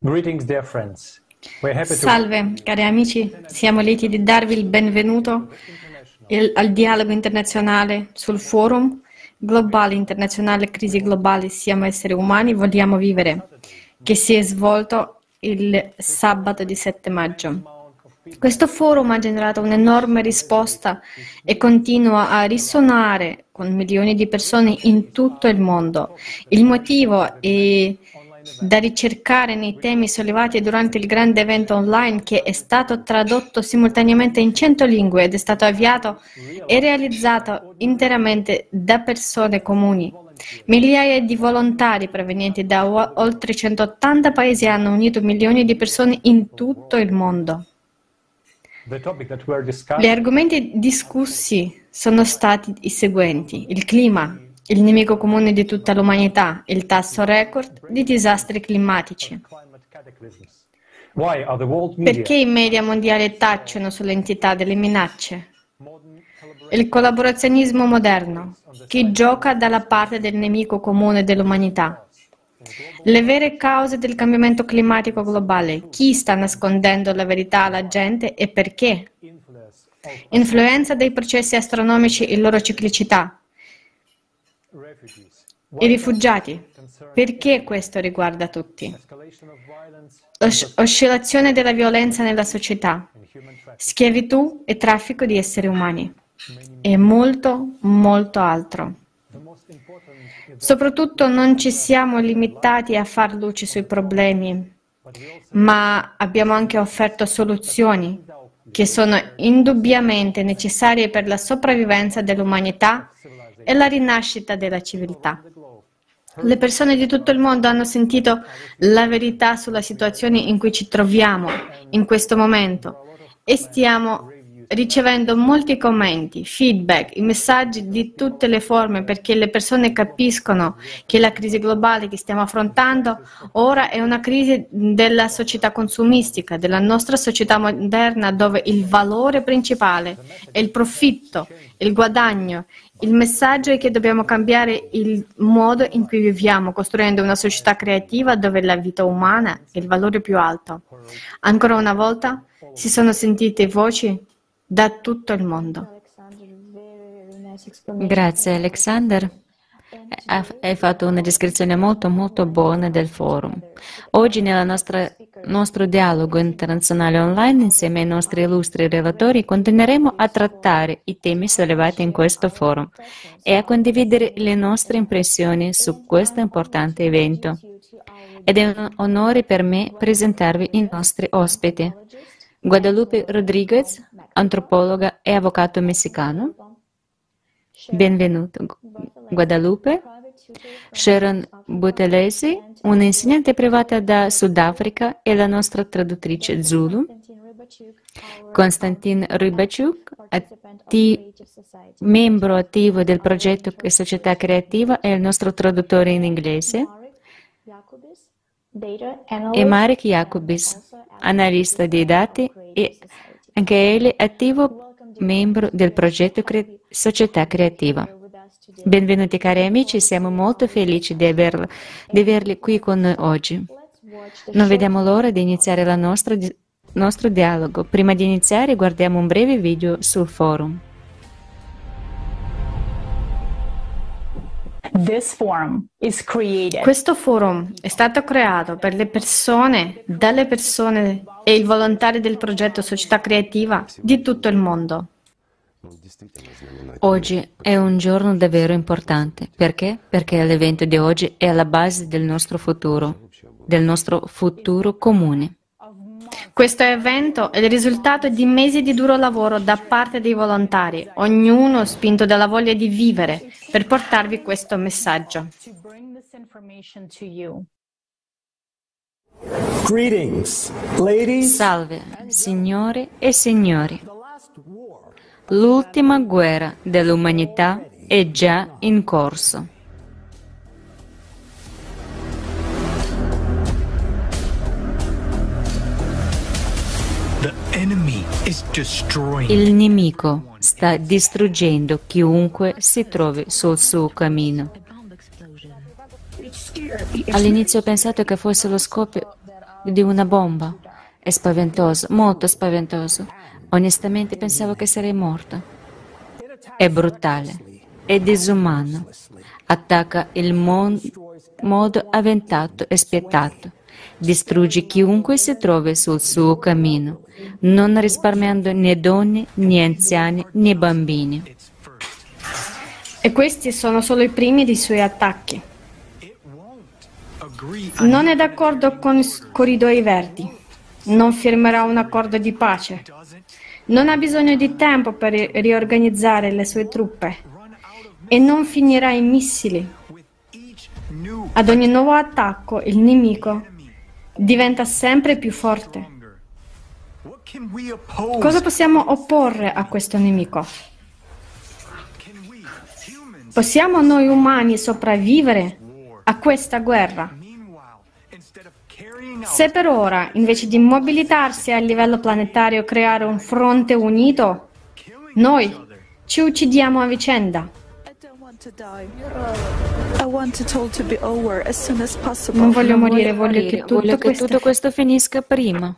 Greetings, dear friends. We're happy to Salve, cari amici, siamo lieti di darvi il benvenuto al dialogo internazionale sul forum globale internazionale crisi globali siamo esseri umani, vogliamo vivere, che si è svolto il sabato di 7 maggio. Questo forum ha generato un'enorme risposta e continua a risuonare con milioni di persone in tutto il mondo. Il motivo è da ricercare nei temi sollevati durante il grande evento online che è stato tradotto simultaneamente in 100 lingue ed è stato avviato e realizzato interamente da persone comuni. Migliaia di volontari provenienti da oltre 180 paesi hanno unito milioni di persone in tutto il mondo. Gli argomenti discussi sono stati i seguenti: il clima, il nemico comune di tutta l'umanità, il tasso record di disastri climatici. Perché i media mondiali tacciono sull'entità delle minacce? Il collaborazionismo moderno, chi gioca dalla parte del nemico comune dell'umanità. Le vere cause del cambiamento climatico globale, chi sta nascondendo la verità alla gente e perché? Influenza dei processi astronomici e loro ciclicità. I rifugiati, perché questo riguarda tutti? Oscillazione della violenza nella società, schiavitù e traffico di esseri umani e molto, molto altro. Soprattutto non ci siamo limitati a far luce sui problemi, ma abbiamo anche offerto soluzioni che sono indubbiamente necessarie per la sopravvivenza dell'umanità e la rinascita della civiltà. Le persone di tutto il mondo hanno sentito la verità sulla situazione in cui ci troviamo in questo momento e stiamo ricevendo molti commenti, feedback, i messaggi di tutte le forme perché le persone capiscono che la crisi globale che stiamo affrontando ora è una crisi della società consumistica, della nostra società moderna dove il valore principale è il profitto, il guadagno. Il messaggio è che dobbiamo cambiare il modo in cui viviamo, costruendo una società creativa dove la vita umana è il valore più alto. Ancora una volta si sono sentite voci da tutto il mondo. Grazie Alexander, hai fatto una descrizione molto buona del forum. Oggi nel nostro dialogo internazionale online insieme ai nostri illustri relatori continueremo a trattare i temi sollevati in questo forum e a condividere le nostre impressioni su questo importante evento. Ed è un onore per me presentarvi i nostri ospiti. Guadalupe Rodriguez, antropologa e avvocato messicano. Benvenuto, Guadalupe. Sharon Buthelezi, un'insegnante privata da Sudafrica e la nostra traduttrice Zulu. Konstantin Rybachuk, membro attivo del progetto Società Creativa e il nostro traduttore in inglese. E Marek Jacobis, analista dei dati e anche egli attivo membro del progetto Società Creativa. Benvenuti cari amici, siamo molto felici di averli qui con noi oggi. Non vediamo l'ora di iniziare il nostro dialogo. Prima di iniziare guardiamo un breve video sul forum. Questo forum è stato creato per le persone, dalle persone e i volontari del progetto Società Creativa di tutto il mondo. Oggi è un giorno davvero importante. Perché? Perché l'evento di oggi è alla base del nostro futuro comune. Questo evento è il risultato di mesi di duro lavoro da parte dei volontari, ognuno spinto dalla voglia di vivere, per portarvi questo messaggio. Salve, signore e signori. L'ultima guerra dell'umanità è già in corso. Il nemico sta distruggendo chiunque si trovi sul suo cammino. All'inizio ho pensato che fosse lo scoppio di una bomba. È spaventoso, molto spaventoso. Onestamente pensavo che sarei morta. È brutale, è disumano. Attacca il modo avventato e spietato. Distrugge chiunque si trovi sul suo cammino, non risparmiando né donne, né anziani, né bambini. E questi sono solo i primi dei suoi attacchi. Non è d'accordo con i corridoi verdi. Non firmerà un accordo di pace. Non ha bisogno di tempo per riorganizzare le sue truppe. E non finirà i missili. Ad ogni nuovo attacco, il nemico diventa sempre più forte. Cosa possiamo opporre a questo nemico? Possiamo noi umani sopravvivere a questa guerra? Se per ora, invece di mobilitarsi a livello planetario, creare un fronte unito, noi ci uccidiamo a vicenda. Non voglio morire, voglio che tutto questo finisca prima.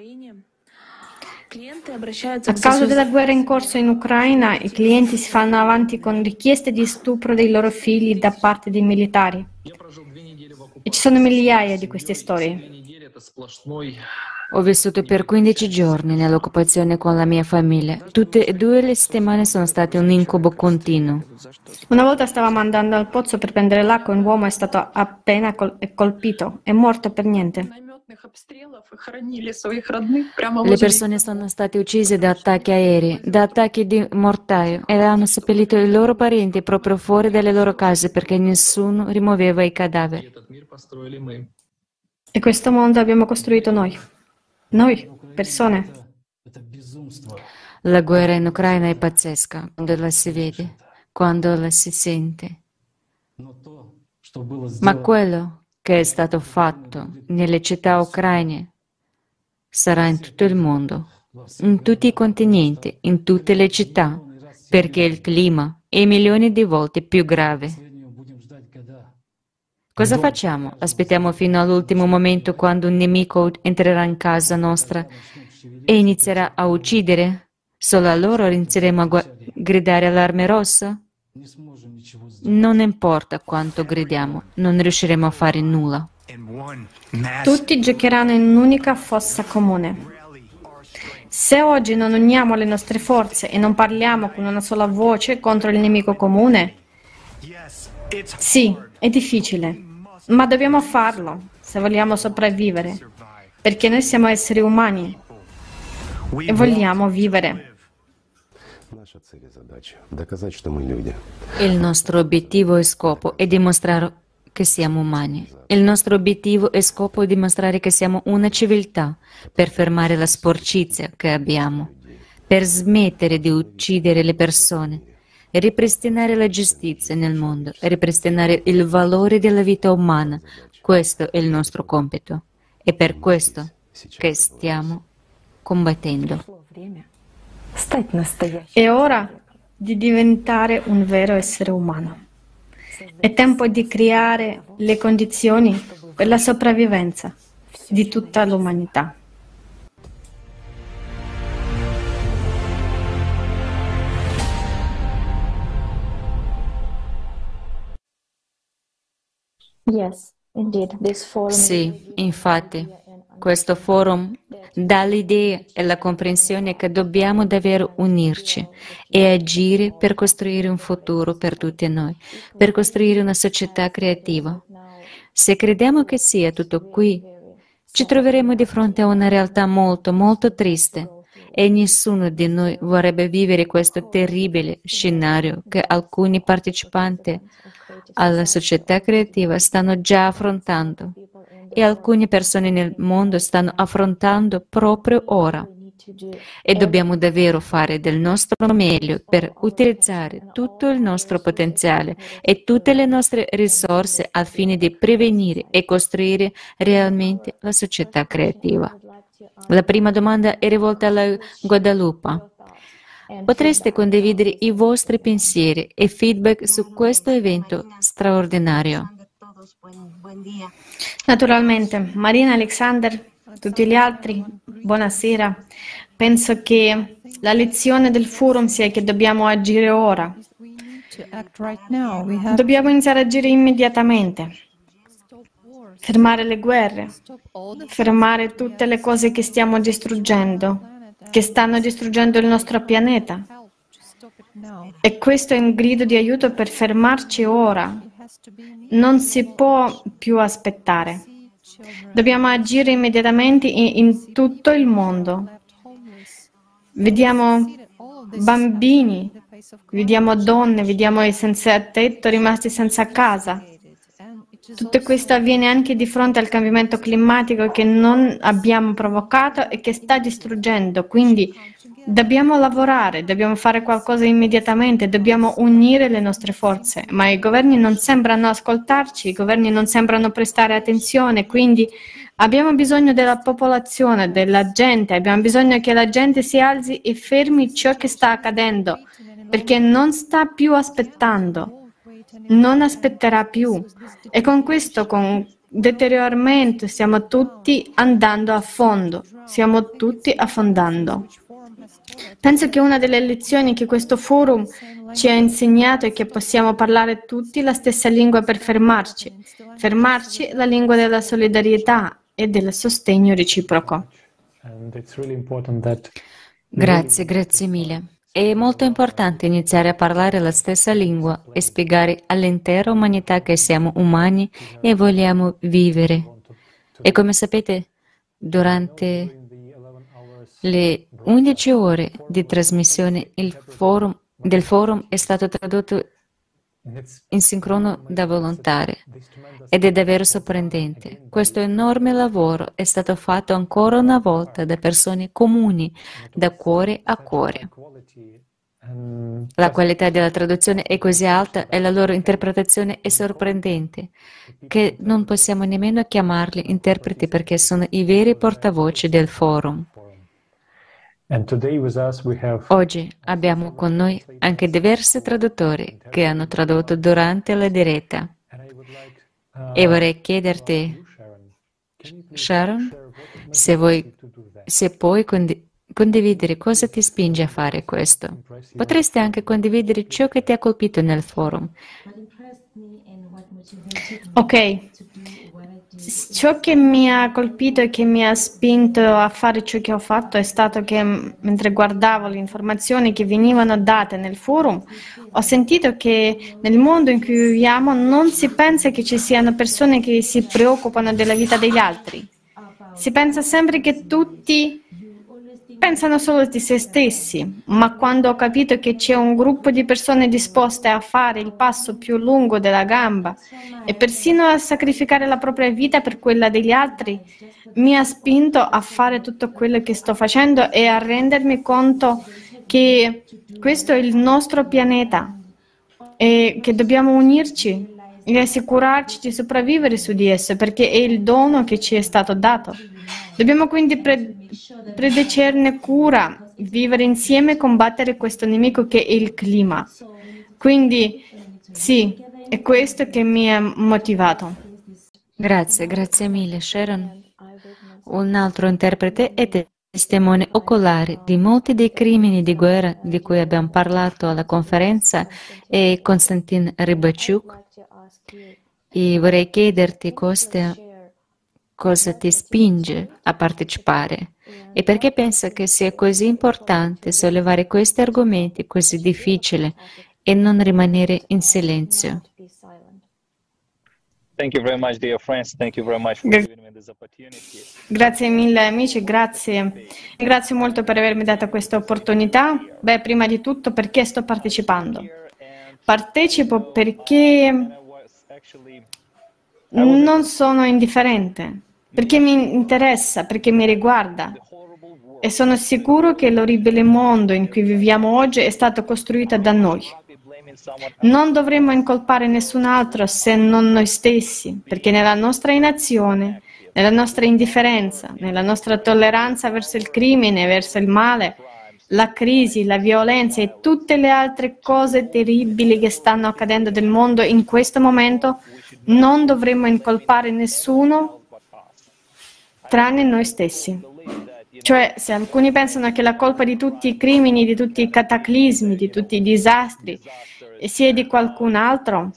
A causa della guerra in corso in Ucraina, i clienti si fanno avanti con richieste di stupro dei loro figli da parte dei militari. E ci sono migliaia di queste storie. Ho vissuto per 15 giorni nell'occupazione con la mia famiglia. Tutte e 2 le settimane sono state un incubo continuo. Una volta stavamo andando al pozzo per prendere l'acqua e un uomo è stato appena colpito. È morto per niente. Le persone sono state uccise da attacchi aerei, da attacchi di mortaio e hanno seppellito i loro parenti proprio fuori dalle loro case perché nessuno rimuoveva i cadaveri. E questo mondo abbiamo costruito noi. Noi, persone. La guerra in Ucraina è pazzesca quando la si vede, quando la si sente. Ma quello che è stato fatto nelle città ucraine sarà in tutto il mondo, in tutti i continenti, in tutte le città, perché il clima è milioni di volte più grave. Cosa facciamo? Aspettiamo fino all'ultimo momento quando un nemico entrerà in casa nostra e inizierà a uccidere? Solo allora inizieremo a gridare allarme rosso? Non importa quanto gridiamo, non riusciremo a fare nulla. Tutti giocheranno in un'unica fossa comune. Se oggi non uniamo le nostre forze e non parliamo con una sola voce contro il nemico comune, sì, è difficile, ma dobbiamo farlo se vogliamo sopravvivere, perché noi siamo esseri umani e vogliamo vivere. Il nostro obiettivo e scopo è dimostrare che siamo umani. Il nostro obiettivo e scopo è dimostrare che siamo una civiltà per fermare la sporcizia che abbiamo, per smettere di uccidere le persone, ripristinare la giustizia nel mondo, ripristinare il valore della vita umana. Questo è il nostro compito. È per questo che stiamo combattendo. È ora di diventare un vero essere umano. È tempo di creare le condizioni per la sopravvivenza di tutta l'umanità. Sì, infatti, questo forum dà l'idea e la comprensione che dobbiamo davvero unirci e agire per costruire un futuro per tutti noi, per costruire una società creativa. Se crediamo che sia tutto qui, ci troveremo di fronte a una realtà molto, molto triste e nessuno di noi vorrebbe vivere questo terribile scenario che alcuni partecipanti alla società creativa stanno già affrontando e alcune persone nel mondo stanno affrontando proprio ora. E dobbiamo davvero fare del nostro meglio per utilizzare tutto il nostro potenziale e tutte le nostre risorse al fine di prevenire e costruire realmente la società creativa. La prima domanda è rivolta alla Guadalupe. Potreste condividere i vostri pensieri e feedback su questo evento straordinario? Naturalmente, Marina Alexander tutti gli altri, buonasera. Penso che la lezione del forum sia che dobbiamo agire ora. Dobbiamo iniziare a agire immediatamente. Fermare le guerre, fermare tutte le cose che stiamo distruggendo, che stanno distruggendo il nostro pianeta. E questo è un grido di aiuto per fermarci ora. Non si può più aspettare. Dobbiamo agire immediatamente in tutto il mondo. Vediamo bambini, vediamo donne, vediamo i senza tetto rimasti senza casa. Tutto questo avviene anche di fronte al cambiamento climatico che non abbiamo provocato e che sta distruggendo. Quindi dobbiamo lavorare, dobbiamo fare qualcosa immediatamente, dobbiamo unire le nostre forze. Ma i governi non sembrano ascoltarci, i governi non sembrano prestare attenzione, quindi abbiamo bisogno della popolazione, della gente, abbiamo bisogno che la gente si alzi e fermi ciò che sta accadendo, perché non sta più aspettando. Non aspetterà più e con questo, con deterioramento, stiamo tutti andando a fondo, stiamo tutti affondando. Penso che una delle lezioni che questo forum ci ha insegnato è che possiamo parlare tutti la stessa lingua per fermarci, la lingua della solidarietà e del sostegno reciproco. Grazie mille. È molto importante iniziare a parlare la stessa lingua e spiegare all'intera umanità che siamo umani e vogliamo vivere. E come sapete, durante le 11 ore di trasmissione del forum è stato tradotto in sincrono da volontari ed è davvero sorprendente. Questo enorme lavoro è stato fatto ancora una volta da persone comuni, da cuore a cuore. La qualità della traduzione è così alta e la loro interpretazione è sorprendente che non possiamo nemmeno chiamarli interpreti perché sono i veri portavoce del forum. Oggi abbiamo con noi anche diversi traduttori che hanno tradotto durante la diretta. E vorrei chiederti, Sharon, se puoi condividere cosa ti spinge a fare questo. Potresti anche condividere ciò che ti ha colpito nel forum. Ok. Ciò che mi ha colpito e che mi ha spinto a fare ciò che ho fatto è stato che mentre guardavo le informazioni che venivano date nel forum, ho sentito che nel mondo in cui viviamo non si pensa che ci siano persone che si preoccupano della vita degli altri. Si pensa sempre che tutti pensano solo di se stessi, ma quando ho capito che c'è un gruppo di persone disposte a fare il passo più lungo della gamba e persino a sacrificare la propria vita per quella degli altri, mi ha spinto a fare tutto quello che sto facendo e a rendermi conto che questo è il nostro pianeta e che dobbiamo unirci e assicurarci di sopravvivere su di esso perché è il dono che ci è stato dato. Dobbiamo quindi prenderne cura, vivere insieme e combattere questo nemico che è il clima. Quindi sì, è questo che mi ha motivato. Grazie mille, Sharon. Un altro interprete è testimone oculare di molti dei crimini di guerra di cui abbiamo parlato alla conferenza è Konstantin Rybachuk. E vorrei chiederti, Kostya, cosa ti spinge a partecipare e perché pensa che sia così importante sollevare questi argomenti così difficili e non rimanere in silenzio. Grazie mille amici, grazie molto per avermi dato questa opportunità. Prima di tutto perché sto partecipando? Partecipo perché non sono indifferente, perché mi interessa, perché mi riguarda e sono sicuro che l'orribile mondo in cui viviamo oggi è stato costruito da noi. Non dovremmo incolpare nessun altro se non noi stessi, perché nella nostra inazione, nella nostra indifferenza, nella nostra tolleranza verso il crimine, verso il male, la crisi, la violenza e tutte le altre cose terribili che stanno accadendo nel mondo in questo momento, non dovremmo incolpare nessuno tranne noi stessi. Cioè, se alcuni pensano che la colpa di tutti i crimini, di tutti i cataclismi, di tutti i disastri sia di qualcun altro,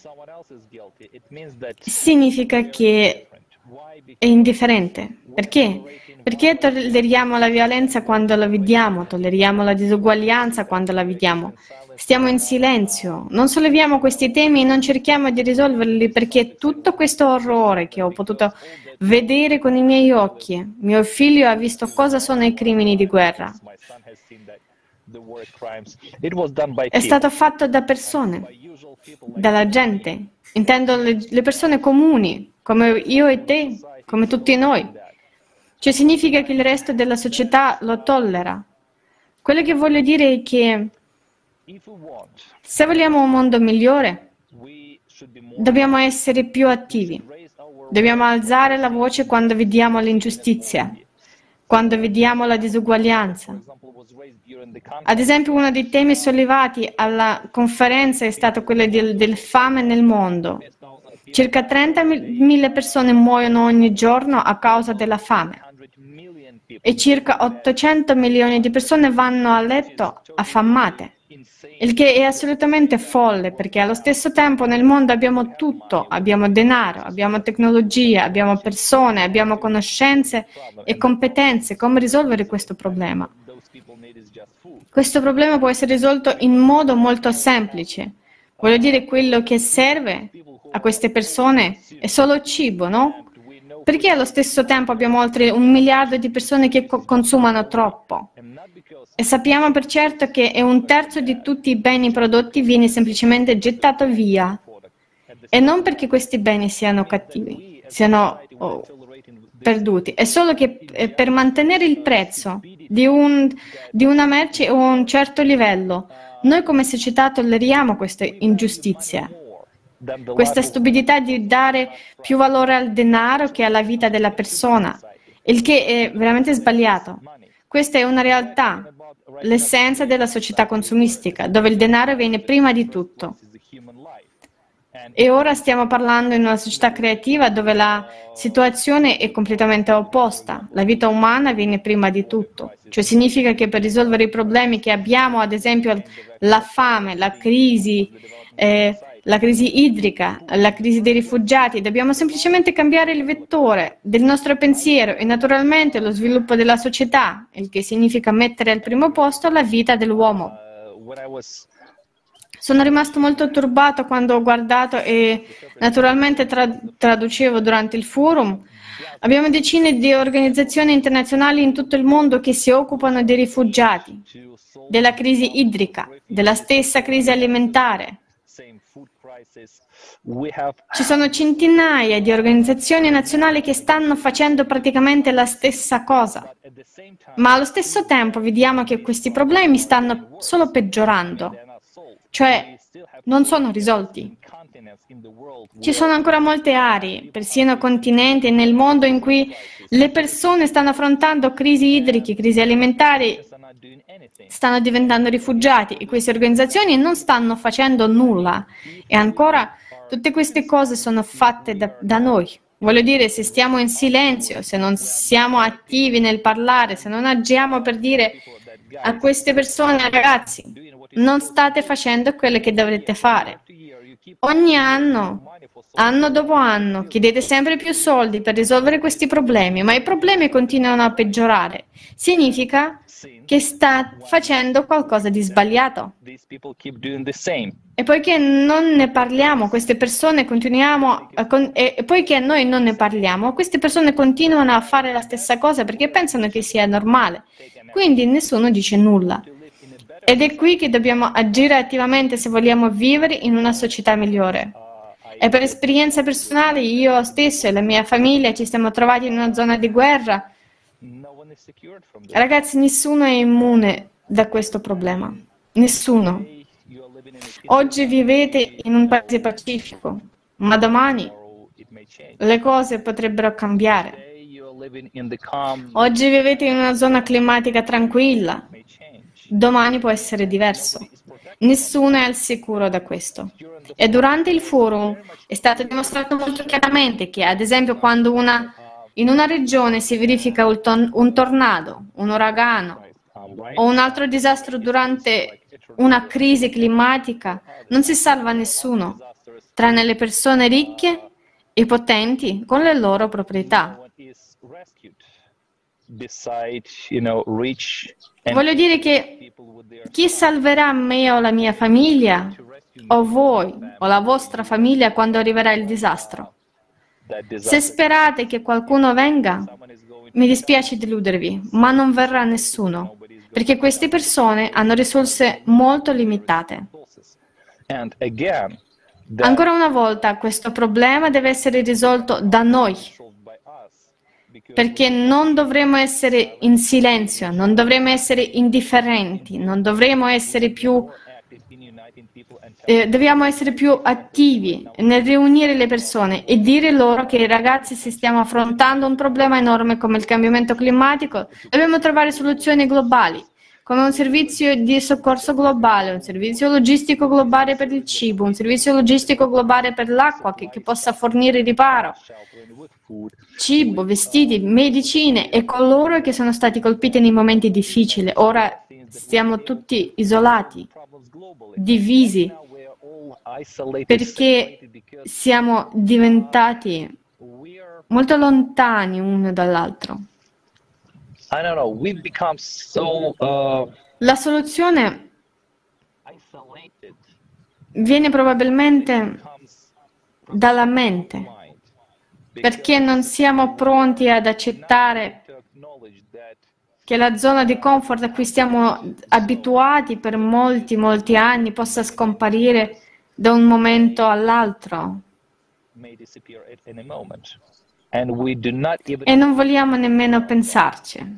significa che è indifferente. Perché? Perché tolleriamo la violenza quando la vediamo, tolleriamo la disuguaglianza quando la vediamo. Stiamo in silenzio, non solleviamo questi temi e non cerchiamo di risolverli perché tutto questo orrore che ho potuto vedere con i miei occhi, mio figlio ha visto cosa sono i crimini di guerra. È stato fatto da persone, dalla gente. Intendo le persone comuni, come io e te, come tutti noi. Cioè significa che il resto della società lo tollera. Quello che voglio dire è che se vogliamo un mondo migliore, dobbiamo essere più attivi. Dobbiamo alzare la voce quando vediamo l'ingiustizia, quando vediamo la disuguaglianza. Ad esempio, uno dei temi sollevati alla conferenza è stato quello del fame nel mondo. Circa 30.000 persone muoiono ogni giorno a causa della fame e circa 800 milioni di persone vanno a letto affamate. Il che è assolutamente folle, perché allo stesso tempo nel mondo abbiamo tutto, abbiamo denaro, abbiamo tecnologia, abbiamo persone, abbiamo conoscenze e competenze. Come risolvere questo problema? Questo problema può essere risolto in modo molto semplice. Voglio dire, quello che serve a queste persone è solo cibo, no? Perché allo stesso tempo abbiamo oltre 1 miliardo di persone che consumano troppo? E sappiamo per certo che 1/3 di tutti i beni prodotti viene semplicemente gettato via. E non perché questi beni siano cattivi, siano perduti. È solo che per mantenere il prezzo di una merce a un certo livello, noi come società tolleriamo questa ingiustizia. Questa stupidità di dare più valore al denaro che alla vita della persona, il che è veramente sbagliato. Questa è una realtà, l'essenza della società consumistica, dove il denaro viene prima di tutto. E ora stiamo parlando in una società creativa dove la situazione è completamente opposta. La vita umana viene prima di tutto. Cioè significa che per risolvere i problemi che abbiamo, ad esempio la fame, la crisi idrica, la crisi dei rifugiati, dobbiamo semplicemente cambiare il vettore del nostro pensiero e naturalmente lo sviluppo della società, il che significa mettere al primo posto la vita dell'uomo. Sono rimasto molto turbato quando ho guardato e naturalmente traducevo durante il forum. Abbiamo decine di organizzazioni internazionali in tutto il mondo che si occupano dei rifugiati, della crisi idrica, della stessa crisi alimentare. Ci sono centinaia di organizzazioni nazionali che stanno facendo praticamente la stessa cosa, ma allo stesso tempo vediamo che questi problemi stanno solo peggiorando, cioè non sono risolti. Ci sono ancora molte aree, persino continenti nel mondo in cui le persone stanno affrontando crisi idriche, crisi alimentari, stanno diventando rifugiati e queste organizzazioni non stanno facendo nulla. E ancora tutte queste cose sono fatte da noi. Voglio dire, se stiamo in silenzio, se non siamo attivi nel parlare, se non agiamo per dire a queste persone, ragazzi, non state facendo quello che dovrete fare. Ogni anno dopo anno, chiedete sempre più soldi per risolvere questi problemi, ma i problemi continuano a peggiorare. Significa che sta facendo qualcosa di sbagliato. E poiché non ne parliamo, queste persone poiché noi non ne parliamo, queste persone continuano a fare la stessa cosa perché pensano che sia normale. Quindi nessuno dice nulla. Ed è qui che dobbiamo agire attivamente se vogliamo vivere in una società migliore. E per esperienza personale, io stesso e la mia famiglia ci siamo trovati in una zona di guerra. Ragazzi, nessuno è immune da questo problema. Nessuno. Oggi vivete in un paese pacifico, ma domani le cose potrebbero cambiare. Oggi vivete in una zona climatica tranquilla. Domani può essere diverso. Nessuno è al sicuro da questo. E durante il forum è stato dimostrato molto chiaramente che, ad esempio, quando una in una regione si verifica un tornado, un uragano o un altro disastro durante una crisi climatica, non si salva nessuno, tranne le persone ricche e potenti con le loro proprietà. Voglio dire che chi salverà me o la mia famiglia, o voi o la vostra famiglia quando arriverà il disastro? Se sperate che qualcuno venga, mi dispiace deludervi, ma non verrà nessuno, perché queste persone hanno risorse molto limitate. Ancora una volta, questo problema deve essere risolto da noi, perché non dovremo essere in silenzio, non dovremo essere indifferenti, non dovremo essere più dobbiamo essere più attivi nel riunire le persone e dire loro che, ragazzi, se stiamo affrontando un problema enorme come il cambiamento climatico, dobbiamo trovare soluzioni globali, come un servizio di soccorso globale, un servizio logistico globale per il cibo, un servizio logistico globale per l'acqua che possa fornire riparo, cibo, vestiti, medicine e coloro che sono stati colpiti nei momenti difficili. Ora stiamo tutti isolati, divisi, perché siamo diventati molto lontani uno dall'altro. La soluzione viene probabilmente dalla mente, perché non siamo pronti ad accettare che la zona di comfort a cui stiamo abituati per molti anni possa scomparire da un momento all'altro. E non vogliamo nemmeno pensarci.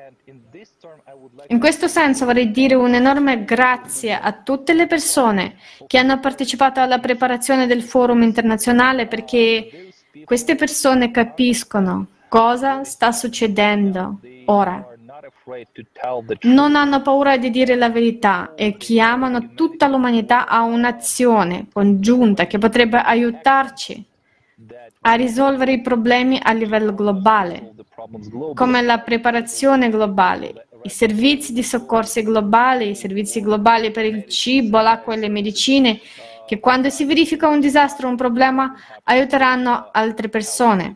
In questo senso vorrei dire un enorme grazie a tutte le persone che hanno partecipato alla preparazione del forum internazionale, perché queste persone capiscono cosa sta succedendo ora. Non hanno paura di dire la verità e chiamano tutta l'umanità a un'azione congiunta che potrebbe aiutarci a risolvere i problemi a livello globale, come la preparazione globale, i servizi di soccorsi globali, i servizi globali per il cibo, l'acqua e le medicine, che quando si verifica un disastro o un problema aiuteranno altre persone.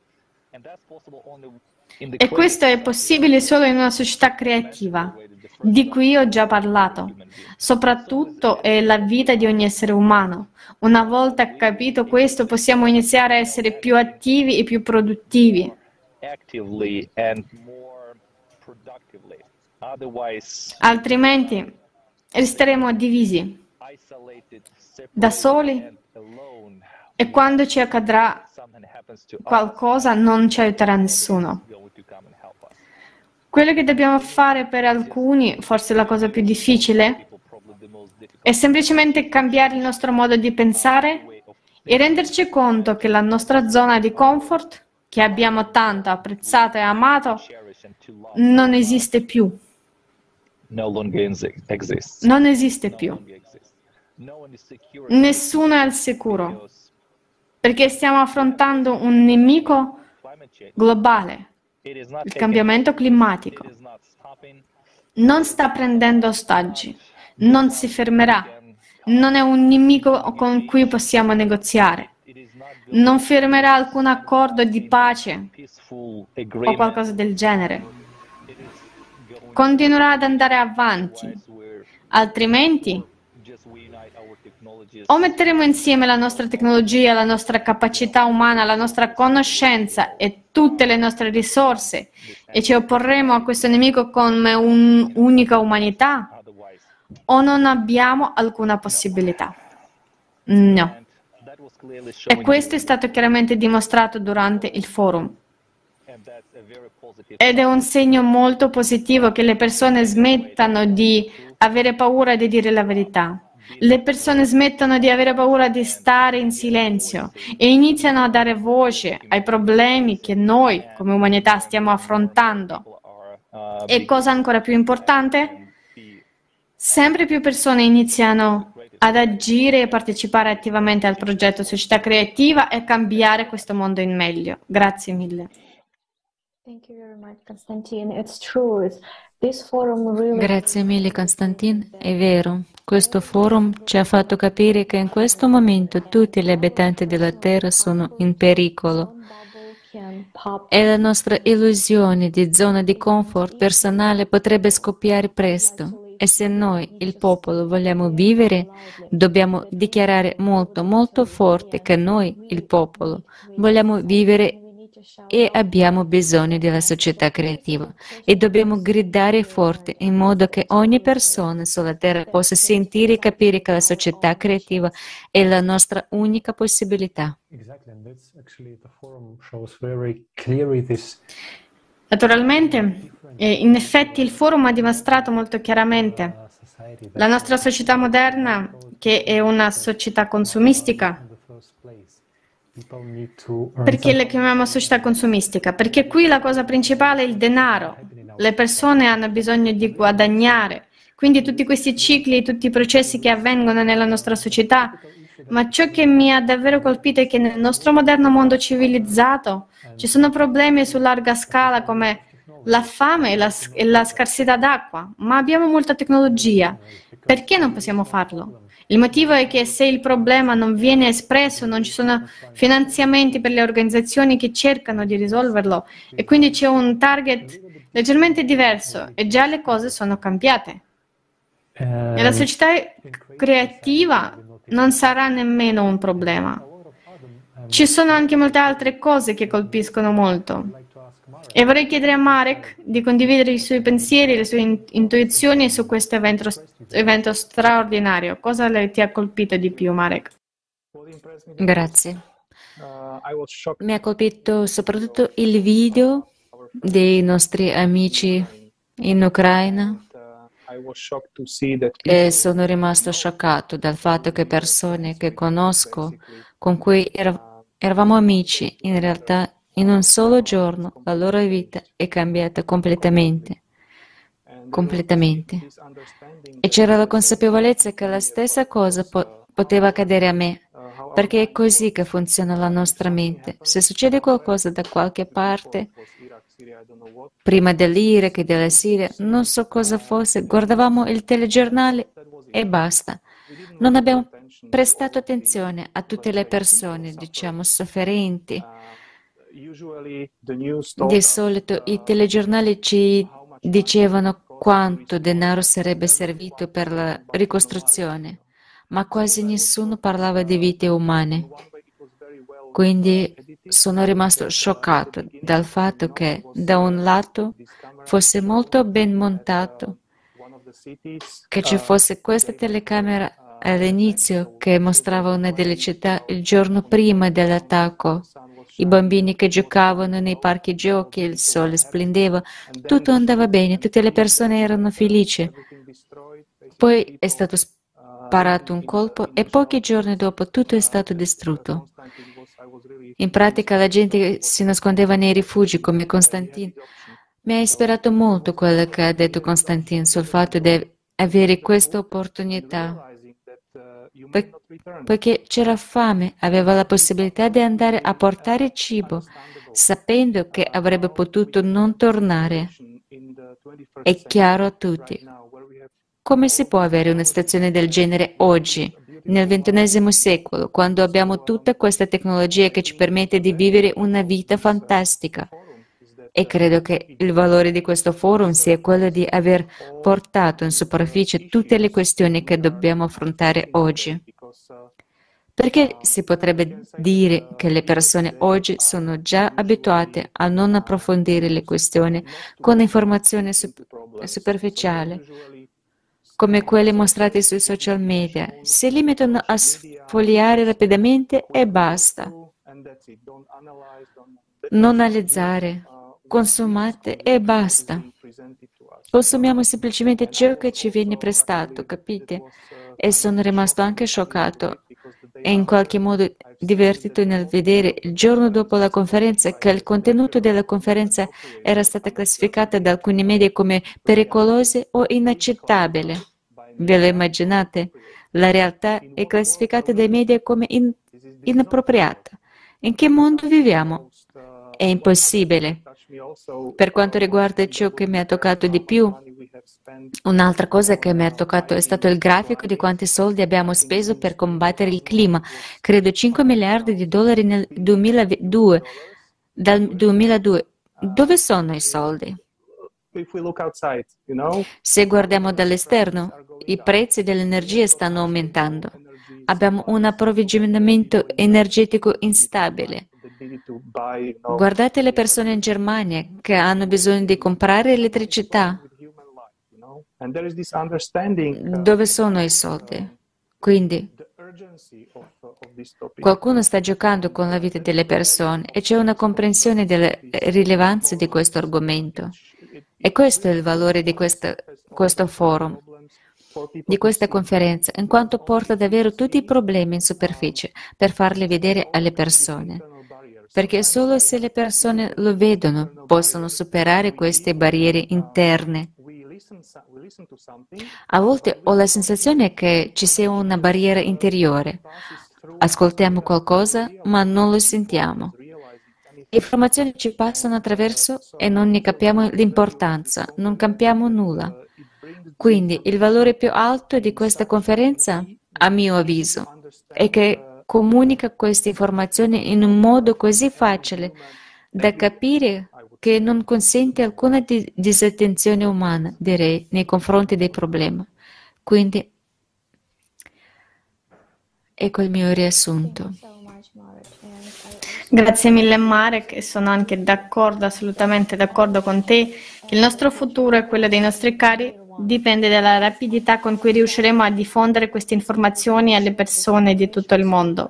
E questo è possibile solo in una società creativa, di cui ho già parlato. Soprattutto è la vita di ogni essere umano. Una volta capito questo, possiamo iniziare a essere più attivi e più produttivi. Altrimenti resteremo divisi, da soli, e quando ci accadrà qualcosa non ci aiuterà nessuno. Quello che dobbiamo fare per alcuni, forse la cosa più difficile, è semplicemente cambiare il nostro modo di pensare e renderci conto che la nostra zona di comfort, che abbiamo tanto apprezzato e amato, non esiste più. Non esiste più. Nessuno è al sicuro, perché stiamo affrontando un nemico globale. Il cambiamento climatico non sta prendendo ostaggi, non si fermerà, non è un nemico con cui possiamo negoziare, non firmerà alcun accordo di pace o qualcosa del genere. Continuerà ad andare avanti, altrimenti o metteremo insieme la nostra tecnologia, la nostra capacità umana, la nostra conoscenza e tutte le nostre risorse e ci opporremo a questo nemico come un'unica umanità, o non abbiamo alcuna possibilità. No. E questo è stato chiaramente dimostrato durante il forum. Ed è un segno molto positivo che le persone smettano di avere paura di dire la verità. Le persone smettono di avere paura di stare in silenzio e iniziano a dare voce ai problemi che noi, come umanità, stiamo affrontando. E cosa ancora più importante? Sempre più persone iniziano ad agire e partecipare attivamente al progetto Società Creativa e cambiare questo mondo in meglio. Grazie mille. Grazie mille, Constantin. È vero, questo forum ci ha fatto capire che in questo momento tutti gli abitanti della Terra sono in pericolo e la nostra illusione di zona di comfort personale potrebbe scoppiare presto. E se noi, il popolo, vogliamo vivere, dobbiamo dichiarare molto, molto forte che noi, il popolo, vogliamo vivere e abbiamo bisogno della società creativa e dobbiamo gridare forte in modo che ogni persona sulla Terra possa sentire e capire che la società creativa è la nostra unica possibilità. Exactly, and that's actually the forum shows very clearly this. Naturalmente, in effetti il forum ha dimostrato molto chiaramente la nostra società moderna, che è una società consumistica. Perché la chiamiamo società consumistica? Perché qui la cosa principale è il denaro. Le persone hanno bisogno di guadagnare. Quindi tutti questi cicli, tutti i processi che avvengono nella nostra società. Ma ciò che mi ha davvero colpito è che nel nostro moderno mondo civilizzato ci sono problemi su larga scala come la fame e la scarsità d'acqua, ma abbiamo molta tecnologia. Perché non possiamo farlo? Il motivo è che se il problema non viene espresso, non ci sono finanziamenti per le organizzazioni che cercano di risolverlo e quindi c'è un target leggermente diverso e già le cose sono cambiate. E la società creativa non sarà nemmeno un problema. Ci sono anche molte altre cose che colpiscono molto. E vorrei chiedere a Marek di condividere i suoi pensieri, le sue intuizioni su questo evento straordinario. Cosa ti ha colpito di più, Marek? Grazie. Mi ha colpito soprattutto il video dei nostri amici in Ucraina e sono rimasto scioccato dal fatto che persone che conosco, con cui eravamo amici, in realtà in un solo giorno la loro vita è cambiata completamente. Completamente. E c'era la consapevolezza che la stessa cosa poteva accadere a me, perché è così che funziona la nostra mente. Se succede qualcosa da qualche parte, prima dell'Iraq e della Siria, non so cosa fosse, guardavamo il telegiornale e basta. Non abbiamo prestato attenzione a tutte le persone, diciamo, sofferenti. Di solito i telegiornali ci dicevano quanto denaro sarebbe servito per la ricostruzione, ma quasi nessuno parlava di vite umane. Quindi sono rimasto scioccato dal fatto che, da un lato, fosse molto ben montato, che ci fosse questa telecamera all'inizio che mostrava una delle città il giorno prima dell'attacco, i bambini che giocavano nei parchi giochi, il sole splendeva, tutto andava bene, tutte le persone erano felici. Poi è stato sparato un colpo e pochi giorni dopo tutto è stato distrutto. In pratica la gente si nascondeva nei rifugi come Constantin. Mi ha ispirato molto quello che ha detto Constantin sul fatto di avere questa opportunità. Poiché c'era fame, aveva la possibilità di andare a portare cibo, sapendo che avrebbe potuto non tornare. È chiaro a tutti. Come si può avere una situazione del genere oggi, nel XXI secolo, quando abbiamo tutta questa tecnologia che ci permette di vivere una vita fantastica? E credo che il valore di questo forum sia quello di aver portato in superficie tutte le questioni che dobbiamo affrontare oggi. Perché si potrebbe dire che le persone oggi sono già abituate a non approfondire le questioni con informazioni superficiali, come quelle mostrate sui social media, si limitano a sfogliare rapidamente e basta. Non analizzare, consumate e basta. Consumiamo semplicemente ciò che ci viene prestato, capite? E sono rimasto anche scioccato e in qualche modo divertito nel vedere il giorno dopo la conferenza che il contenuto della conferenza era stato classificato da alcuni media come pericolose o inaccettabile. Ve lo immaginate? La realtà è classificata dai media come inappropriata. In che mondo viviamo? È impossibile. Per quanto riguarda ciò che mi ha toccato di più, un'altra cosa che mi ha toccato è stato il grafico di quanti soldi abbiamo speso per combattere il clima. Credo 5 miliardi di dollari nel 2002. Dal 2002. Dove sono i soldi? Se guardiamo dall'esterno, i prezzi dell'energia stanno aumentando. Abbiamo un approvvigionamento energetico instabile. Guardate le persone in Germania che hanno bisogno di comprare elettricità. Dove sono i soldi? Quindi qualcuno sta giocando con la vita delle persone e c'è una comprensione della rilevanza di questo argomento. E questo è il valore di questo forum, di questa conferenza, in quanto porta davvero tutti i problemi in superficie per farli vedere alle persone. Perché solo se le persone lo vedono possono superare queste barriere interne. A volte ho la sensazione che ci sia una barriera interiore. Ascoltiamo qualcosa, ma non lo sentiamo. Le informazioni ci passano attraverso e non ne capiamo l'importanza, non capiamo nulla. Quindi il valore più alto di questa conferenza, a mio avviso, è che comunica queste informazioni in un modo così facile da capire che non consente alcuna disattenzione umana, direi, nei confronti del problema. Quindi, ecco il mio riassunto. Grazie mille Marek, e sono anche d'accordo, assolutamente d'accordo con te, che il nostro futuro e quello dei nostri cari dipende dalla rapidità con cui riusciremo a diffondere queste informazioni alle persone di tutto il mondo.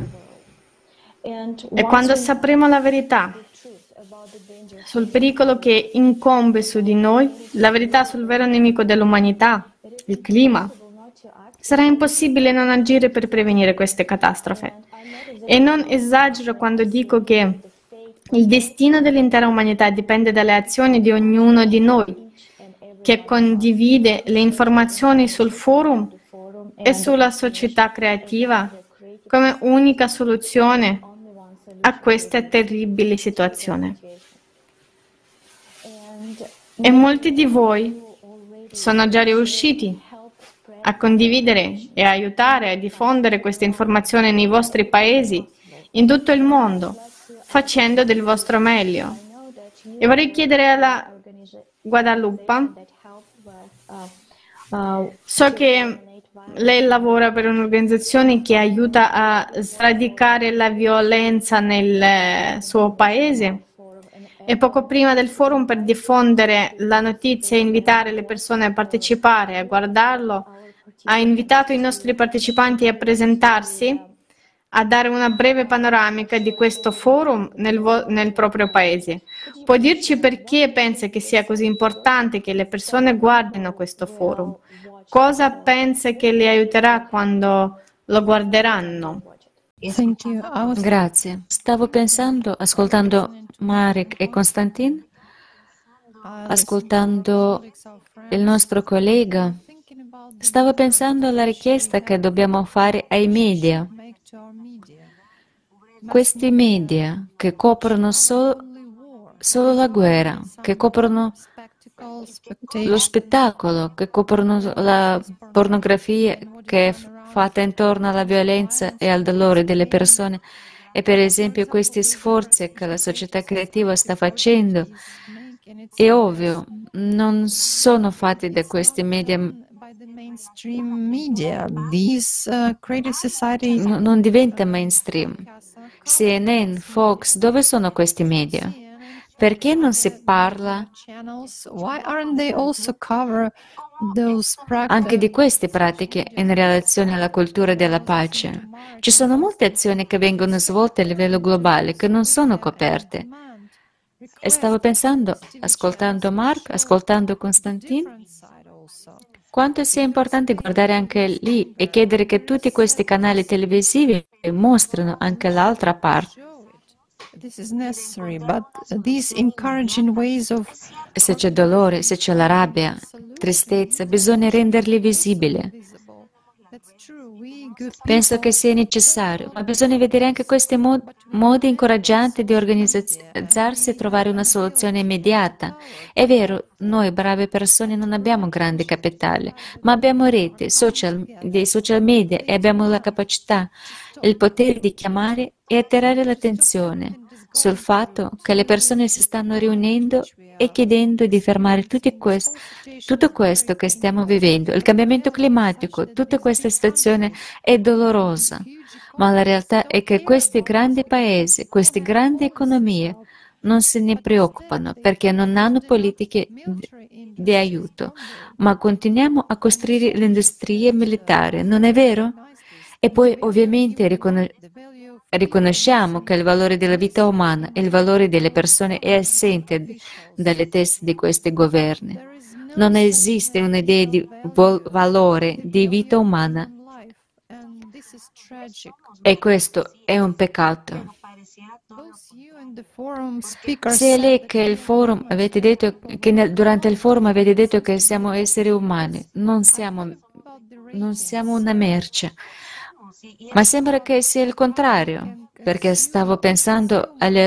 E quando sapremo la verità sul pericolo che incombe su di noi, la verità sul vero nemico dell'umanità, il clima, sarà impossibile non agire per prevenire queste catastrofi. E non esagero quando dico che il destino dell'intera umanità dipende dalle azioni di ognuno di noi, che condivide le informazioni sul forum e sulla società creativa come unica soluzione a questa terribile situazione. E molti di voi sono già riusciti a condividere e aiutare a diffondere queste informazioni nei vostri paesi, in tutto il mondo, facendo del vostro meglio. E vorrei chiedere alla Guadalupe, so che lei lavora per un'organizzazione che aiuta a sradicare la violenza nel suo paese. E poco prima del forum, per diffondere la notizia e invitare le persone a partecipare, a guardarlo, ha invitato i nostri partecipanti a presentarsi, a dare una breve panoramica di questo forum nel proprio paese. Può dirci perché pensa che sia così importante che le persone guardino questo forum? Cosa pensa che li aiuterà quando lo guarderanno? Grazie. Stavo pensando, ascoltando Marek e Konstantin, ascoltando il nostro collega, stavo pensando alla richiesta che dobbiamo fare ai media. Questi media che coprono solo la guerra, che coprono lo spettacolo, che coprono la pornografia che è fatta intorno alla violenza e al dolore delle persone. E per esempio questi sforzi che la società creativa sta facendo, è ovvio, non sono fatti da questi media. Non diventa mainstream. CNN, Fox, dove sono questi media? Perché non si parla anche di queste pratiche in relazione alla cultura della pace? Ci sono molte azioni che vengono svolte a livello globale che non sono coperte. E stavo pensando, ascoltando Mark, ascoltando Konstantin, quanto sia importante guardare anche lì e chiedere che tutti questi canali televisivi mostrino anche l'altra parte. Se c'è dolore, se c'è la rabbia, tristezza, bisogna renderli visibili. Penso che sia necessario, ma bisogna vedere anche questi modi incoraggianti di organizzarsi e trovare una soluzione immediata. È vero, noi brave persone non abbiamo grandi capitali, ma abbiamo reti, dei social media e abbiamo la capacità, il potere di chiamare e attirare l'attenzione sul fatto che le persone si stanno riunendo e chiedendo di fermare tutto questo che stiamo vivendo. Il cambiamento climatico, tutta questa situazione è dolorosa, ma la realtà è che questi grandi paesi, queste grandi economie non se ne preoccupano perché non hanno politiche di aiuto, ma continuiamo a costruire l'industria militare, non è vero? E poi ovviamente riconosciamo che il valore della vita umana e il valore delle persone è assente dalle teste di questi governi. Non esiste un'idea di valore di vita umana e questo è un peccato. Sia lei che il forum avete detto che durante il forum avete detto che siamo esseri umani, non siamo una merce. Ma sembra che sia il contrario, perché stavo pensando alle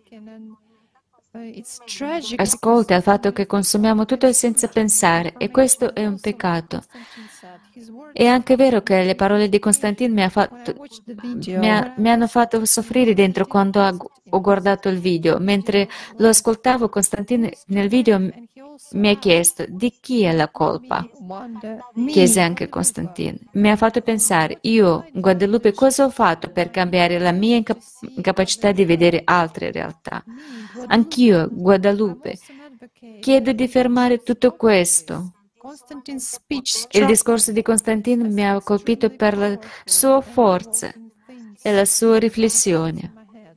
ascolti, al fatto che consumiamo tutto senza pensare, e questo è un peccato. È anche vero che le parole di Constantin mi hanno fatto soffrire dentro quando ho guardato il video. Mentre lo ascoltavo, Constantin nel video mi ha chiesto di chi è la colpa. Chiese anche Constantin. Mi ha fatto pensare, io, Guadalupe, cosa ho fatto per cambiare la mia incapacità di vedere altre realtà? Anch'io, Guadalupe, chiedo di fermare tutto questo. Il discorso di Constantin mi ha colpito per la sua forza e la sua riflessione.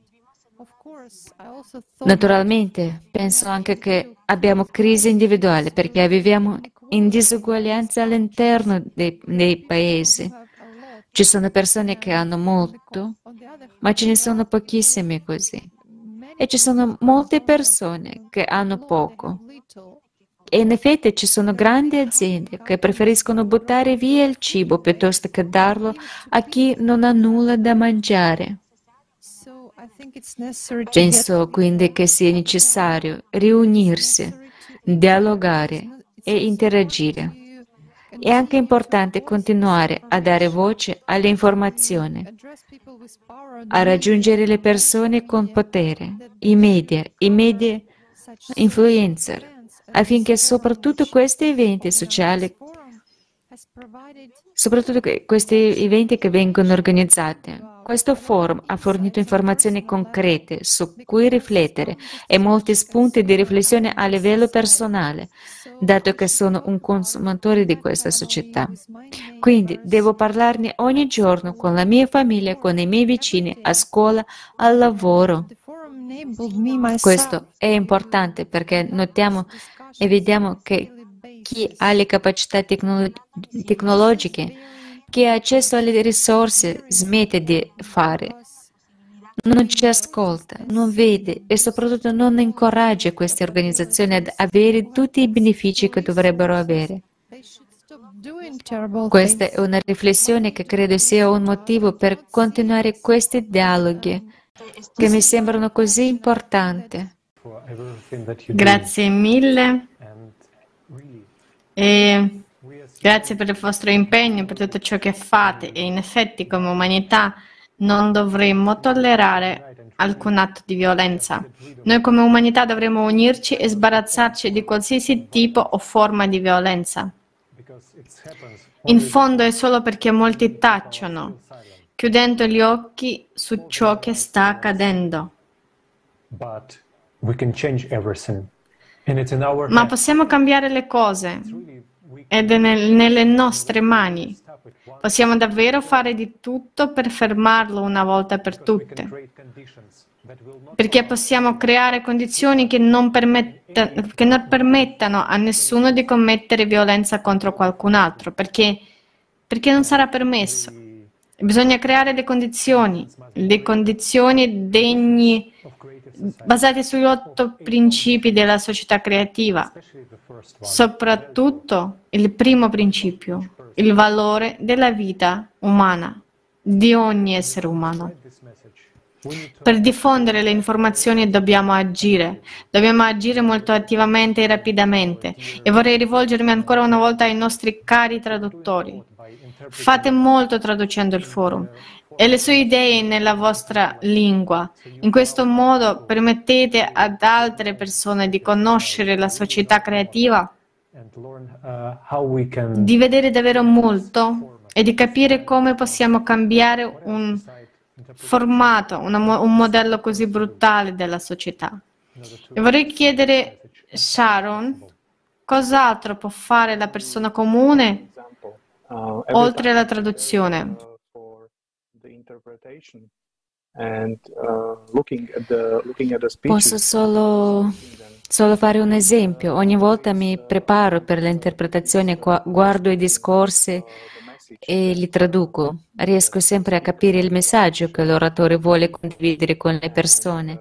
Naturalmente, penso anche che abbiamo crisi individuali perché viviamo in disuguaglianza all'interno dei paesi. Ci sono persone che hanno molto, ma ce ne sono pochissime così. E ci sono molte persone che hanno poco. E in effetti ci sono grandi aziende che preferiscono buttare via il cibo piuttosto che darlo a chi non ha nulla da mangiare. Penso quindi che sia necessario riunirsi, dialogare e interagire. È anche importante continuare a dare voce alle informazioni, a raggiungere le persone con potere, i media influencer, affinché soprattutto questi eventi sociali, soprattutto questi eventi che vengono organizzati, questo forum ha fornito informazioni concrete su cui riflettere e molti spunti di riflessione a livello personale, dato che sono un consumatore di questa società. Quindi devo parlarne ogni giorno con la mia famiglia, con i miei vicini, a scuola, al lavoro. Questo è importante perché notiamo e vediamo che chi ha le capacità tecnologiche, chi ha accesso alle risorse, smette di fare. Non ci ascolta, non vede e soprattutto non incoraggia queste organizzazioni ad avere tutti i benefici che dovrebbero avere. Questa è una riflessione che credo sia un motivo per continuare questi dialoghi che mi sembrano così importanti. Grazie mille e grazie per il vostro impegno, per tutto ciò che fate e in effetti come umanità non dovremmo tollerare alcun atto di violenza. Noi come umanità dovremmo unirci e sbarazzarci di qualsiasi tipo o forma di violenza. In fondo è solo perché molti tacciono, chiudendo gli occhi su ciò che sta accadendo. Ma possiamo cambiare le cose ed è nelle nostre mani. Possiamo davvero fare di tutto per fermarlo una volta per tutte. Perché possiamo creare condizioni che non permettano a nessuno di commettere violenza contro qualcun altro, perché non sarà permesso. Bisogna creare le condizioni degne, basate sugli 8 principi della società creativa. Soprattutto il primo principio, il valore della vita umana, di ogni essere umano. Per diffondere le informazioni dobbiamo agire molto attivamente e rapidamente. E vorrei rivolgermi ancora una volta ai nostri cari traduttori. Fate molto traducendo il forum e le sue idee nella vostra lingua. In questo modo permettete ad altre persone di conoscere la società creativa, di vedere davvero molto e di capire come possiamo cambiare un formato, un modello così brutale della società. E vorrei chiedere, Sharon, cos'altro può fare la persona comune oltre alla traduzione? Posso solo fare un esempio. Ogni volta mi preparo per l'interpretazione, guardo i discorsi e li traduco. Riesco sempre a capire il messaggio che l'oratore vuole condividere con le persone.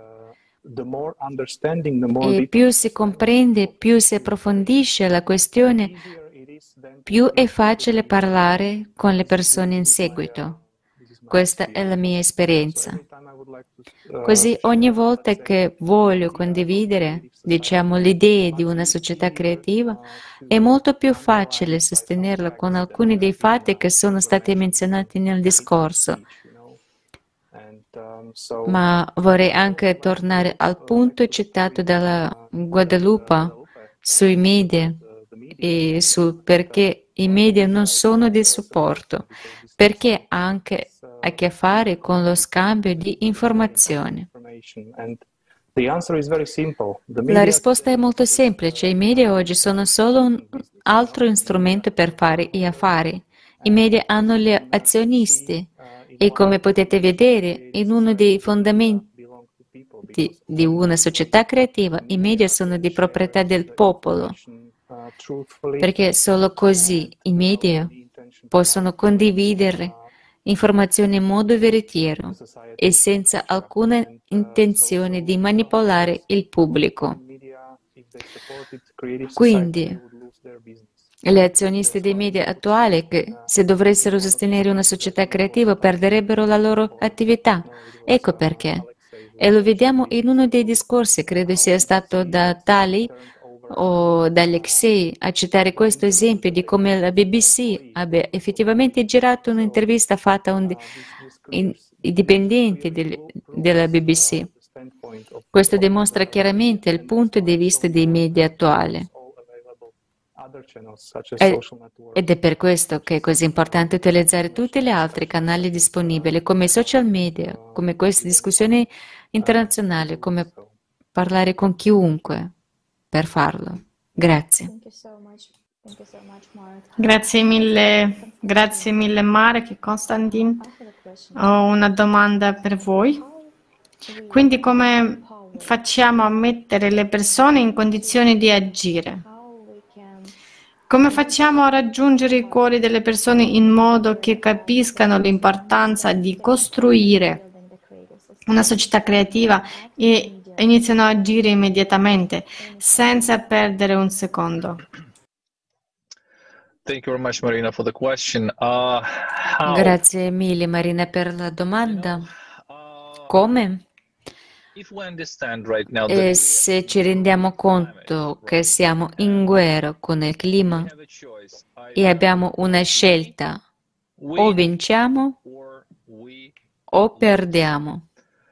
E più si comprende, più si approfondisce la questione, più è facile parlare con le persone in seguito. Questa è la mia esperienza. Così ogni volta che voglio condividere, diciamo, l'idea di una società creativa, è molto più facile sostenerla con alcuni dei fatti che sono stati menzionati nel discorso. Ma vorrei anche tornare al punto citato dalla Guadalupe sui media e sul perché i media non sono di supporto, perché anche a che fare con lo scambio di informazioni. La risposta è molto semplice. I media oggi sono solo un altro strumento per fare gli affari. I media hanno gli azionisti e, come potete vedere, in uno dei fondamenti di una società creativa, i media sono di proprietà del popolo, perché solo così i media possono condividere informazioni in modo veritiero e senza alcuna intenzione di manipolare il pubblico. Quindi, gli azionisti dei media attuali, che se dovessero sostenere una società creativa, perderebbero la loro attività. Ecco perché. E lo vediamo in uno dei discorsi, credo sia stato da Tali o da Alexei, a citare questo esempio di come la BBC abbia effettivamente girato un'intervista fatta a un dipendente della BBC. Questo dimostra chiaramente il punto di vista dei media attuali. Ed è per questo che è così importante utilizzare tutti gli altri canali disponibili, come i social media, come queste discussioni internazionali, come parlare con chiunque per farlo. Grazie. Grazie mille Marek e Konstantin. Ho una domanda per voi. Quindi come facciamo a mettere le persone in condizioni di agire? Come facciamo a raggiungere i cuori delle persone in modo che capiscano l'importanza di costruire una società creativa e iniziano a agire immediatamente, senza perdere un secondo? Thank you very much, Marina, for the question. Grazie mille, Marina, per la domanda. Come? E se ci rendiamo conto che siamo in guerra con il clima e abbiamo una scelta, o vinciamo o perdiamo.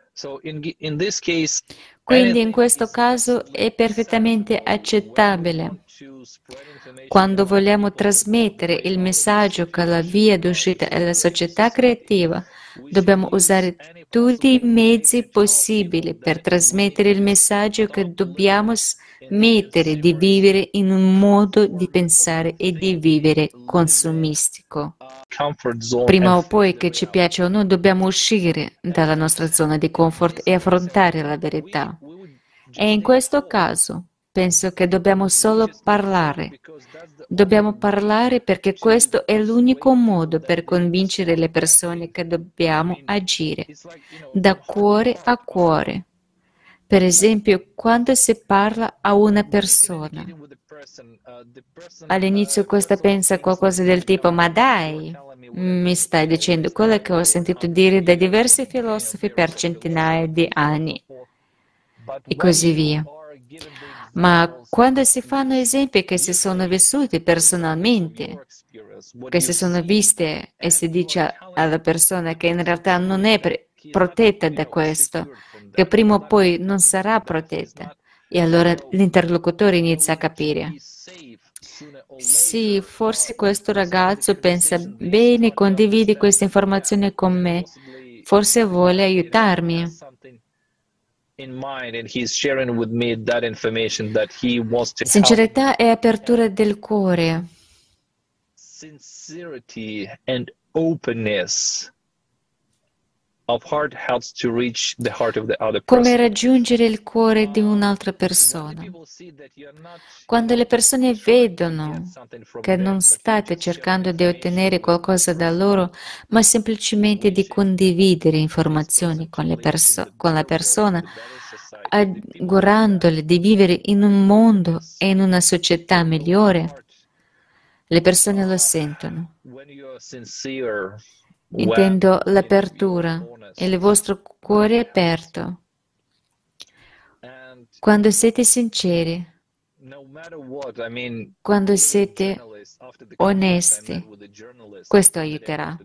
Quindi in questo caso è perfettamente accettabile. Quando vogliamo trasmettere il messaggio che la via d'uscita è la società creativa, dobbiamo usare tutti i mezzi possibili per trasmettere il messaggio che dobbiamo smettere di vivere in un modo di pensare e di vivere consumistico. Prima o poi, che ci piaccia o no, dobbiamo uscire dalla nostra zona di comfort e affrontare la verità. E in questo caso penso che dobbiamo solo parlare. Dobbiamo parlare perché questo è l'unico modo per convincere le persone che dobbiamo agire, da cuore a cuore. Per esempio, quando si parla a una persona All'inizio questa pensa qualcosa del tipo, ma dai, mi stai dicendo quello che ho sentito dire da diversi filosofi per centinaia di anni e così via. Ma quando si fanno esempi che si sono vissuti personalmente, che si sono viste e si dice alla persona che in realtà non è protetta da questo, che prima o poi non sarà protetta, e allora l'interlocutore inizia a capire. Sì, forse questo ragazzo pensa bene, condivide questa informazione con me, forse vuole aiutarmi. Sincerità e apertura del cuore. Sincerity and openness of heart helps to reach the heart of the other Come person. raggiungere il cuore di un'altra persona. Quando le persone vedono che non state cercando di ottenere qualcosa da loro, ma semplicemente di condividere informazioni con la persona, augurandole di vivere in un mondo e in una società migliore, le persone lo sentono. Intendo l'apertura, il vostro cuore è aperto. Quando siete sinceri, quando siete onesti, questo aiuterà.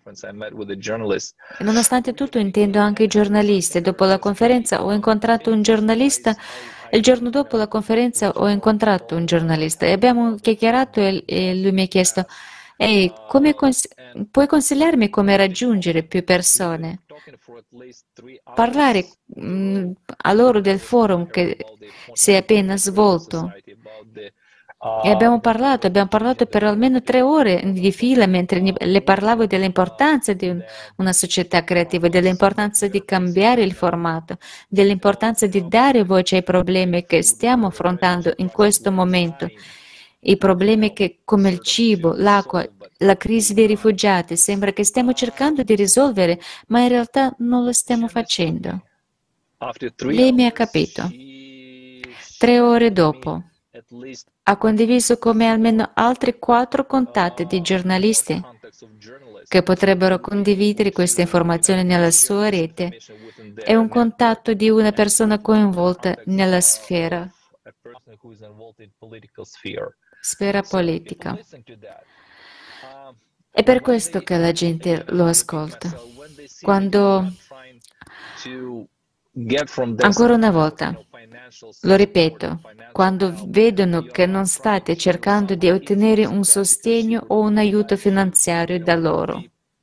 E nonostante tutto intendo anche i giornalisti. Dopo la conferenza ho incontrato un giornalista, il giorno dopo la conferenza ho incontrato un giornalista e abbiamo chiacchierato e lui mi ha chiesto: Ehi, puoi consigliarmi come raggiungere più persone? Parlare a loro del forum che si è appena svolto. E abbiamo parlato per almeno 3 ore di fila mentre le parlavo dell'importanza di una società creativa, dell'importanza di cambiare il formato, dell'importanza di dare voce ai problemi che stiamo affrontando in questo momento. I problemi che, come il cibo, l'acqua, la crisi dei rifugiati, sembra che stiamo cercando di risolvere, ma in realtà non lo stiamo facendo. Lei mi ha capito. 3 ore dopo, ha condiviso con me almeno altri 4 contatti di giornalisti che potrebbero condividere queste informazioni nella sua rete e un contatto di una persona coinvolta nella sfera politica. È per questo che la gente lo ascolta. Quando, ancora una volta, lo ripeto, quando vedono che non state cercando di ottenere un sostegno o un aiuto finanziario da loro.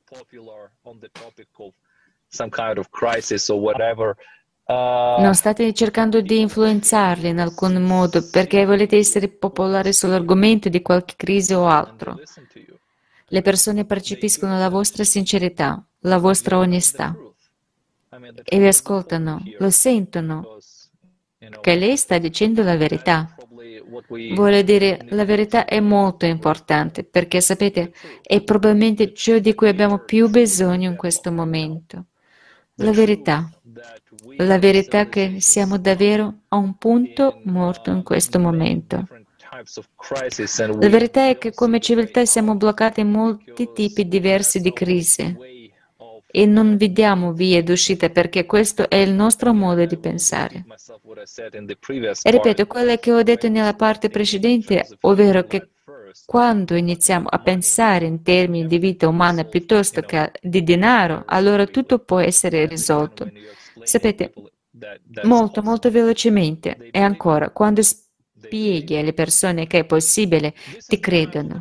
Non state cercando di influenzarli in alcun modo perché volete essere popolari sull'argomento di qualche crisi o altro. Le persone percepiscono la vostra sincerità, la vostra onestà e vi ascoltano, lo sentono, che lei sta dicendo la verità. Vuole dire, la verità è molto importante perché, sapete, è probabilmente ciò di cui abbiamo più bisogno in questo momento. La verità che siamo davvero a un punto morto in questo momento. La verità è che come civiltà siamo bloccati in molti tipi diversi di crisi e non vediamo vie d'uscita perché questo è il nostro modo di pensare. E ripeto quello che ho detto nella parte precedente, ovvero che quando iniziamo a pensare in termini di vita umana piuttosto che di denaro, allora tutto può essere risolto. Sapete, molto, molto velocemente. E ancora, quando spieghi alle persone che è possibile, ti credono.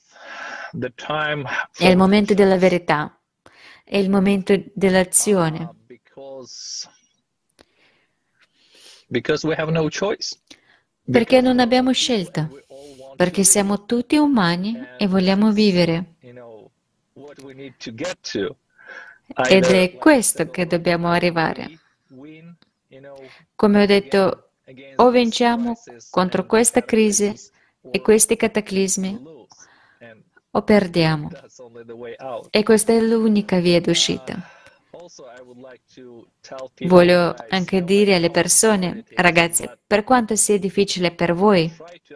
È il momento della verità. È il momento dell'azione. Perché non abbiamo scelta. Perché siamo tutti umani e vogliamo vivere. Ed è questo che dobbiamo arrivare. Come ho detto, o vinciamo contro questa crisi e questi cataclismi, o perdiamo. E questa è l'unica via d'uscita. Voglio anche dire alle persone, ragazzi, per quanto sia difficile per voi,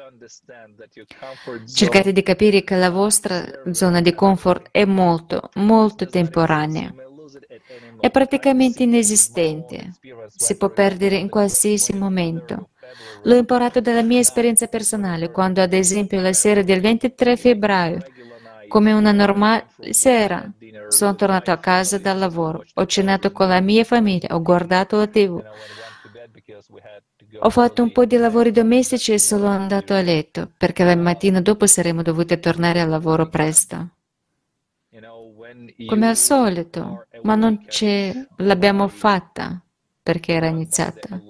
cercate di capire che la vostra zona di comfort è molto, molto temporanea. È praticamente inesistente. Si può perdere in qualsiasi momento. L'ho imparato dalla mia esperienza personale, quando ad esempio la sera del 23 febbraio, come una normale sera, sono tornato a casa dal lavoro, ho cenato con la mia famiglia, ho guardato la TV, ho fatto un po' di lavori domestici e sono andato a letto, perché la mattina dopo saremmo dovuti tornare al lavoro presto. Come al solito, ma non l'abbiamo fatta perché era iniziata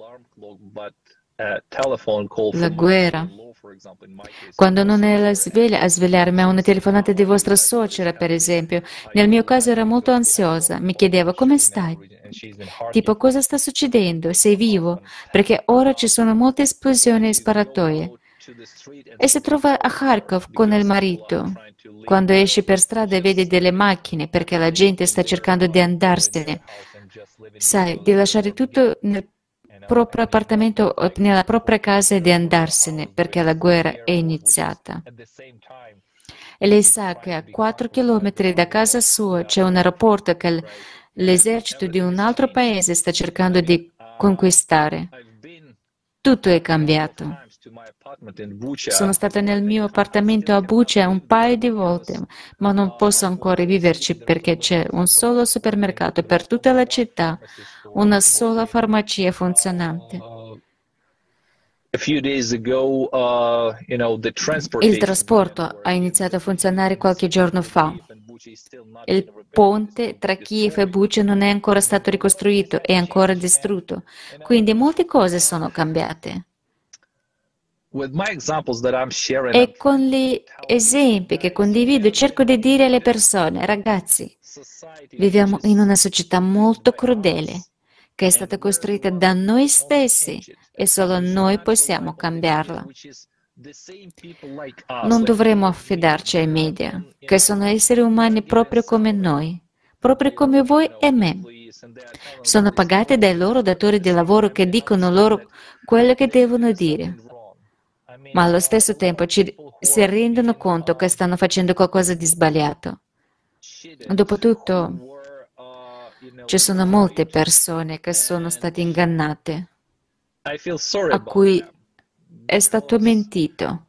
la guerra. Quando non è la sveglia a svegliarmi a una telefonata di vostra suocera, per esempio, nel mio caso era molto ansiosa, mi chiedeva come stai? Tipo, cosa sta succedendo? Sei vivo? Perché ora ci sono molte esplosioni e sparatoie. E si trova a Kharkov con il marito. Quando esci per strada e vedi delle macchine perché la gente sta cercando di andarsene, sai, di lasciare tutto nel proprio appartamento o nella propria casa e di andarsene perché la guerra è iniziata. E lei sa che a 4 chilometri da casa sua c'è un aeroporto che l'esercito di un altro paese sta cercando di conquistare. Tutto è cambiato. Sono stata nel mio appartamento a Bucha un paio di volte, ma non posso ancora viverci perché c'è un solo supermercato per tutta la città, una sola farmacia funzionante. Il trasporto ha iniziato a funzionare qualche giorno fa. Il ponte tra Kiev e Bucha non è ancora stato ricostruito, è ancora distrutto, quindi molte cose sono cambiate. E con gli esempi che condivido cerco di dire alle persone, ragazzi, viviamo in una società molto crudele, che è stata costruita da noi stessi e solo noi possiamo cambiarla. Non dovremmo affidarci ai media, che sono esseri umani proprio come noi, proprio come voi e me. Sono pagati dai loro datori di lavoro che dicono loro quello che devono dire. Ma allo stesso tempo si rendono conto che stanno facendo qualcosa di sbagliato. Dopotutto, ci sono molte persone che sono state ingannate, a cui è stato mentito.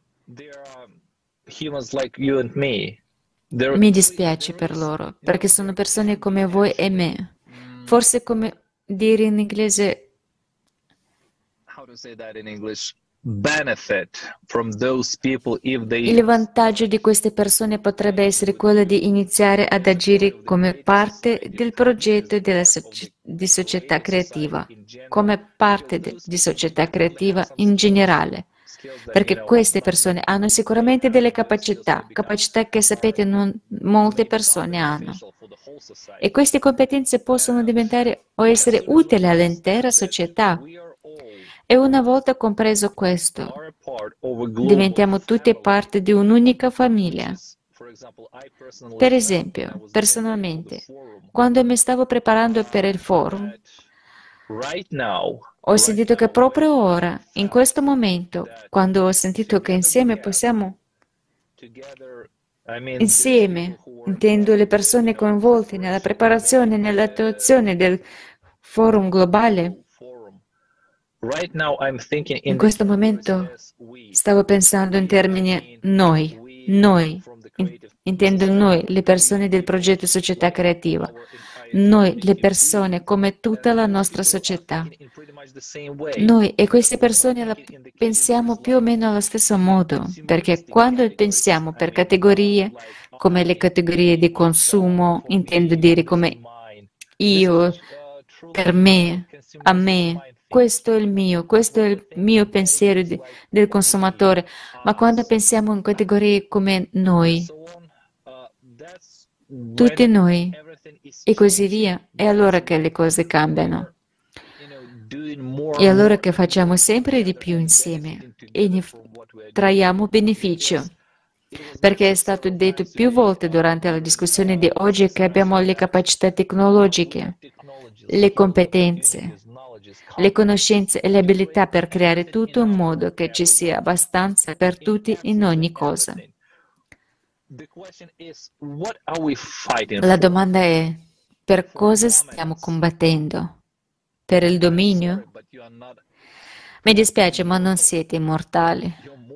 Mi dispiace per loro, perché sono persone come voi e me. Forse come dire in inglese... Il vantaggio di queste persone potrebbe essere quello di iniziare ad agire come parte del progetto di società creativa, come parte di società creativa in generale, perché queste persone hanno sicuramente delle capacità che sapete non molte persone hanno. E queste competenze possono diventare o essere utili all'intera società. E una volta compreso questo, diventiamo tutti parte di un'unica famiglia. Per esempio, personalmente, quando mi stavo preparando per il forum, ho sentito che proprio ora, in questo momento, quando ho sentito che insieme possiamo, insieme, intendo le persone coinvolte nella preparazione e nell'attuazione del forum globale, in questo momento stavo pensando in termini noi, intendo noi, le persone del progetto Società Creativa, noi, le persone come tutta la nostra società. Noi e queste persone la pensiamo più o meno allo stesso modo, perché quando pensiamo per categorie, come le categorie di consumo, intendo dire come io, per me, a me, questo è il mio pensiero del consumatore, ma quando pensiamo in categorie come noi, tutti noi, e così via, è allora che le cose cambiano. È allora che facciamo sempre di più insieme e ne traiamo beneficio. Perché è stato detto più volte durante la discussione di oggi che abbiamo le capacità tecnologiche. le competenze, le conoscenze e le abilità per creare tutto in modo che ci sia abbastanza per tutti in ogni cosa. La domanda è: per cosa stiamo combattendo? Per il dominio? Mi dispiace, ma non siete immortali.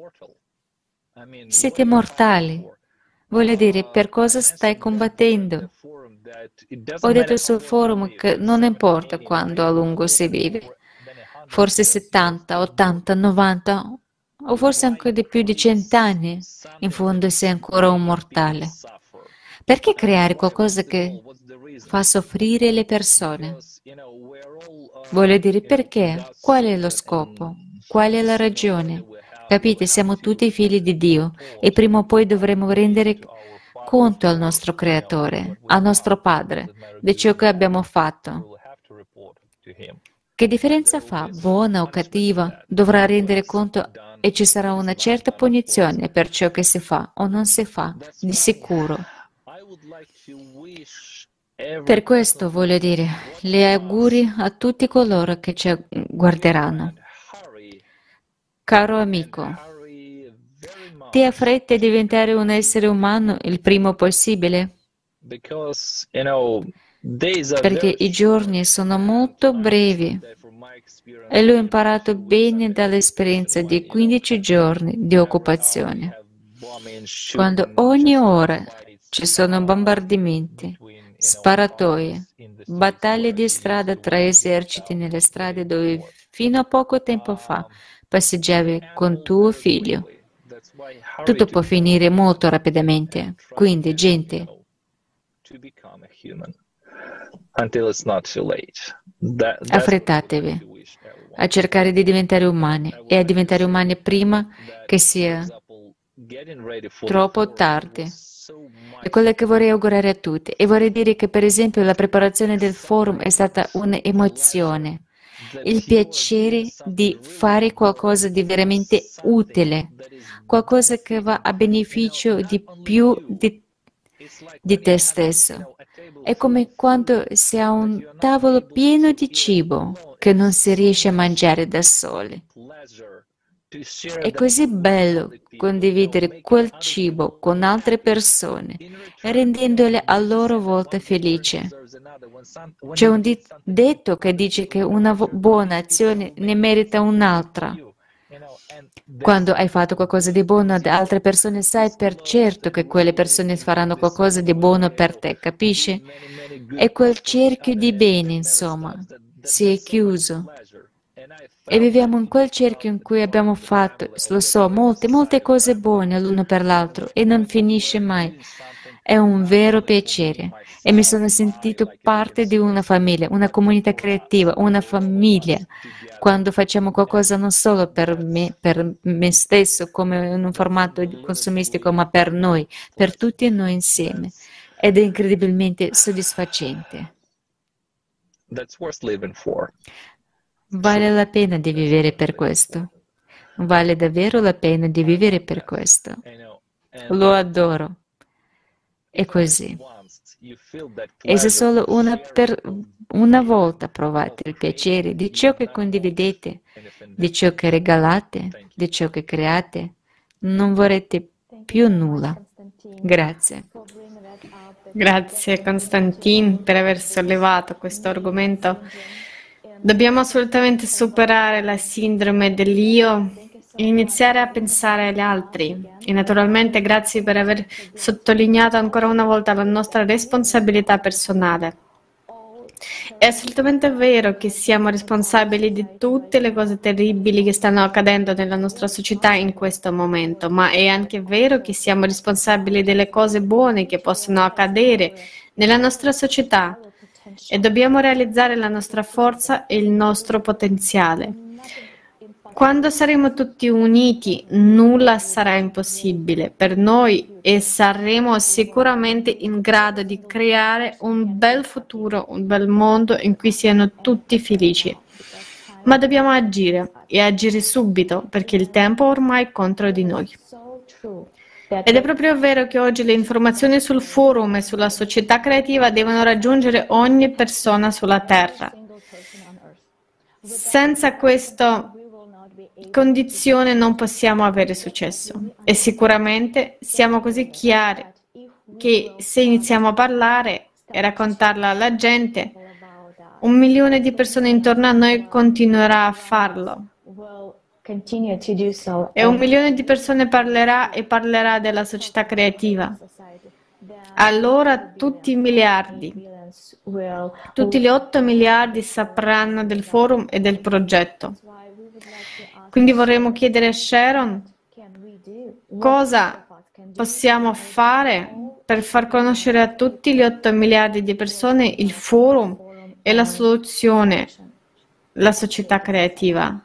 Siete mortali. Vuole dire, per cosa stai combattendo? Ho detto sul forum che non importa quando a lungo si vive, forse 70, 80, 90 o forse anche di più di 100 anni, in fondo sei ancora un mortale. Perché creare qualcosa che fa soffrire le persone? Voglio dire, perché? Qual è lo scopo? Qual è la ragione? Capite, siamo tutti figli di Dio e prima o poi dovremo rendere conto al nostro Creatore, al nostro Padre, di ciò che abbiamo fatto. Che differenza fa, buona o cattiva? Dovrà rendere conto e ci sarà una certa punizione per ciò che si fa o non si fa, di sicuro. Per questo voglio dire, gli auguri a tutti coloro che ci guarderanno. Caro amico, ti affretti a diventare un essere umano il prima possibile? Perché i giorni sono molto brevi e l'ho imparato bene dall'esperienza di 15 giorni di occupazione. Quando ogni ora ci sono bombardamenti, sparatoie, battaglie di strada tra eserciti nelle strade dove fino a poco tempo fa passeggiavi con tuo figlio. Tutto può finire molto rapidamente, quindi gente, affrettatevi a cercare di diventare umani e a diventare umani prima che sia troppo tardi. È quello che vorrei augurare a tutti e vorrei dire che per esempio la preparazione del forum è stata un'emozione, il piacere di fare qualcosa di veramente utile, qualcosa che va a beneficio di più di te stesso. È come quando si ha un tavolo pieno di cibo che non si riesce a mangiare da soli. È così bello condividere quel cibo con altre persone, rendendole a loro volta felici. C'è un detto che dice che una buona azione ne merita un'altra. Quando hai fatto qualcosa di buono ad altre persone, sai per certo che quelle persone faranno qualcosa di buono per te, capisci? E quel cerchio di bene, insomma, si è chiuso. E viviamo in quel cerchio in cui abbiamo fatto, lo so, molte cose buone l'uno per l'altro e non finisce mai. È un vero piacere e mi sono sentito parte di una famiglia, una comunità creativa, una famiglia. Quando facciamo qualcosa non solo per me stesso, come in un formato consumistico, ma per noi, per tutti noi insieme. Ed è incredibilmente soddisfacente. Vale la pena di vivere per questo. Vale davvero la pena di vivere per questo. Lo adoro. È così. E se solo una volta provate il piacere di ciò che condividete, di ciò che regalate, di ciò che create, non vorrete più nulla. Grazie. Grazie Constantin per aver sollevato questo argomento. Dobbiamo assolutamente superare la sindrome dell'io e iniziare a pensare agli altri. E naturalmente grazie per aver sottolineato ancora una volta la nostra responsabilità personale. È assolutamente vero che siamo responsabili di tutte le cose terribili che stanno accadendo nella nostra società in questo momento, ma è anche vero che siamo responsabili delle cose buone che possono accadere nella nostra società e dobbiamo realizzare la nostra forza e il nostro potenziale. Quando saremo tutti uniti, nulla sarà impossibile per noi e saremo sicuramente in grado di creare un bel futuro, un bel mondo in cui siano tutti felici. Ma dobbiamo agire e agire subito perché il tempo ormai è contro di noi. Ed è proprio vero che oggi le informazioni sul forum e sulla società creativa devono raggiungere ogni persona sulla Terra. Senza questa condizione non possiamo avere successo. E sicuramente siamo così chiari che se iniziamo a parlare e raccontarla alla gente, 1 milione di persone intorno a noi continuerà a farlo. E 1 milione di persone parlerà e parlerà della società creativa. Allora tutti i miliardi, tutti gli 8 miliardi sapranno del forum e del progetto. Quindi vorremmo chiedere a Sharon cosa possiamo fare per far conoscere a tutti gli 8 miliardi di persone il forum e la soluzione, la società creativa.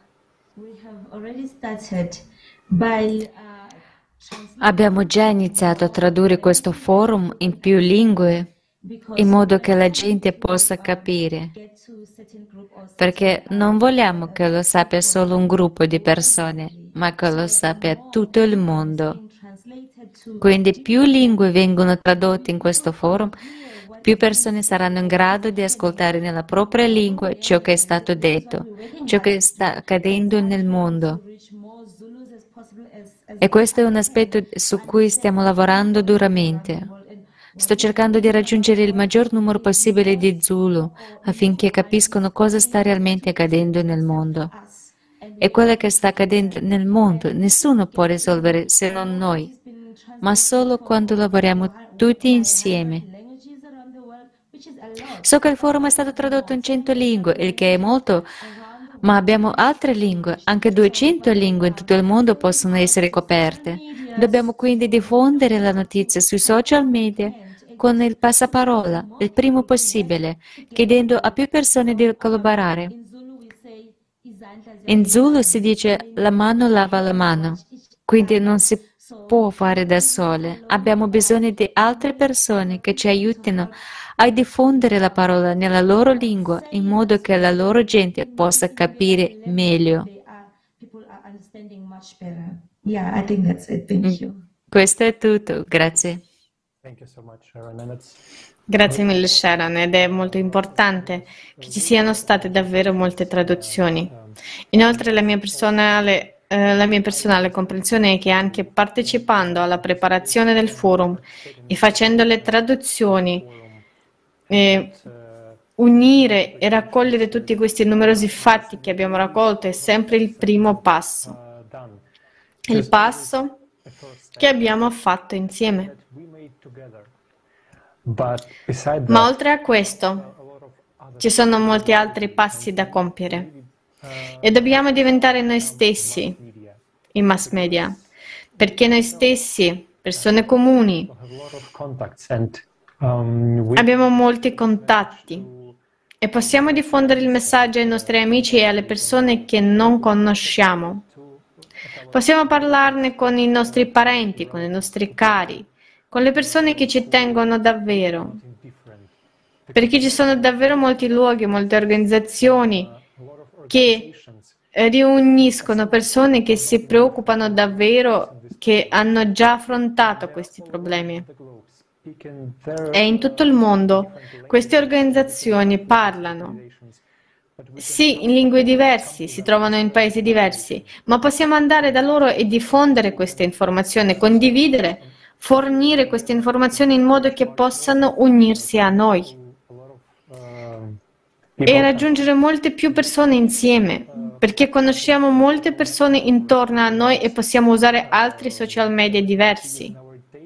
Abbiamo già iniziato a tradurre questo forum in più lingue, in modo che la gente possa capire, perché non vogliamo che lo sappia solo un gruppo di persone, ma che lo sappia tutto il mondo. Quindi più lingue vengono tradotte in questo forum, più persone saranno in grado di ascoltare nella propria lingua ciò che è stato detto, ciò che sta accadendo nel mondo. E questo è un aspetto su cui stiamo lavorando duramente. Sto cercando di raggiungere il maggior numero possibile di Zulu affinché capiscano cosa sta realmente accadendo nel mondo. E quello che sta accadendo nel mondo nessuno può risolvere se non noi, ma solo quando lavoriamo tutti insieme. So che il forum è stato tradotto in 100 lingue, il che è molto, ma abbiamo altre lingue, anche 200 lingue in tutto il mondo possono essere coperte. Dobbiamo quindi diffondere la notizia sui social media con il passaparola, il primo possibile, chiedendo a più persone di collaborare. In Zulu si dice la mano lava la mano, quindi non si può fare da sole. Abbiamo bisogno di altre persone che ci aiutino a diffondere la parola nella loro lingua in modo che la loro gente possa capire meglio. Questo è tutto, grazie. Grazie mille Sharon, ed è molto importante che ci siano state davvero molte traduzioni. Inoltre la mia personale comprensione è che anche partecipando alla preparazione del forum e facendo le traduzioni, unire e raccogliere tutti questi numerosi fatti che abbiamo raccolto è sempre il primo passo, il passo che abbiamo fatto insieme. Ma oltre a questo, ci sono molti altri passi da compiere e dobbiamo diventare noi stessi i mass media, perché noi stessi, persone comuni, abbiamo molti contatti e possiamo diffondere il messaggio ai nostri amici e alle persone che non conosciamo. Possiamo parlarne con i nostri parenti, con i nostri cari, con le persone che ci tengono davvero, perché ci sono davvero molti luoghi, molte organizzazioni che riuniscono persone che si preoccupano davvero, che hanno già affrontato questi problemi. E in tutto il mondo queste organizzazioni parlano, sì, in lingue diverse, si trovano in paesi diversi, ma possiamo andare da loro e diffondere queste informazioni, condividere, fornire queste informazioni in modo che possano unirsi a noi e raggiungere molte più persone insieme, perché conosciamo molte persone intorno a noi e possiamo usare altri social media diversi.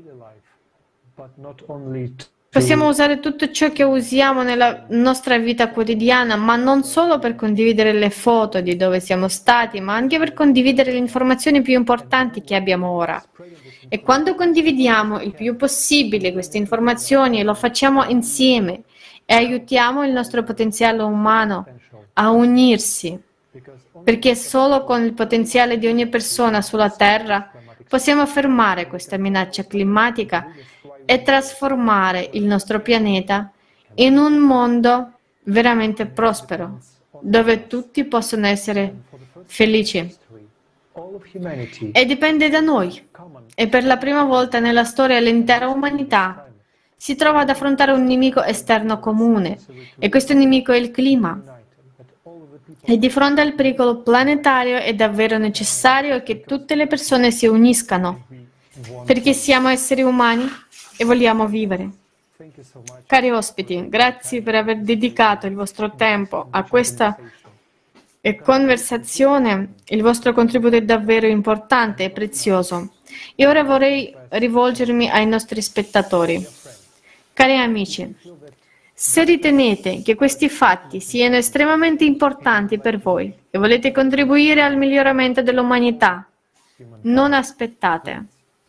Possiamo usare tutto ciò che usiamo nella nostra vita quotidiana, ma non solo per condividere le foto di dove siamo stati, ma anche per condividere le informazioni più importanti che abbiamo ora. E quando condividiamo il più possibile queste informazioni, lo facciamo insieme e aiutiamo il nostro potenziale umano a unirsi, perché solo con il potenziale di ogni persona sulla Terra possiamo fermare questa minaccia climatica e trasformare il nostro pianeta in un mondo veramente prospero, dove tutti possono essere felici. e dipende da noi. E per la prima volta nella storia l'intera umanità si trova ad affrontare un nemico esterno comune, e questo nemico è il clima. E di fronte al pericolo planetario è davvero necessario che tutte le persone si uniscano, perché siamo esseri umani e vogliamo vivere. Cari ospiti, grazie per aver dedicato il vostro tempo a questa conversazione. Il vostro contributo è davvero importante e prezioso. E ora vorrei rivolgermi ai nostri spettatori. Cari amici, se ritenete che questi fatti siano estremamente importanti per voi e volete contribuire al miglioramento dell'umanità, non aspettate.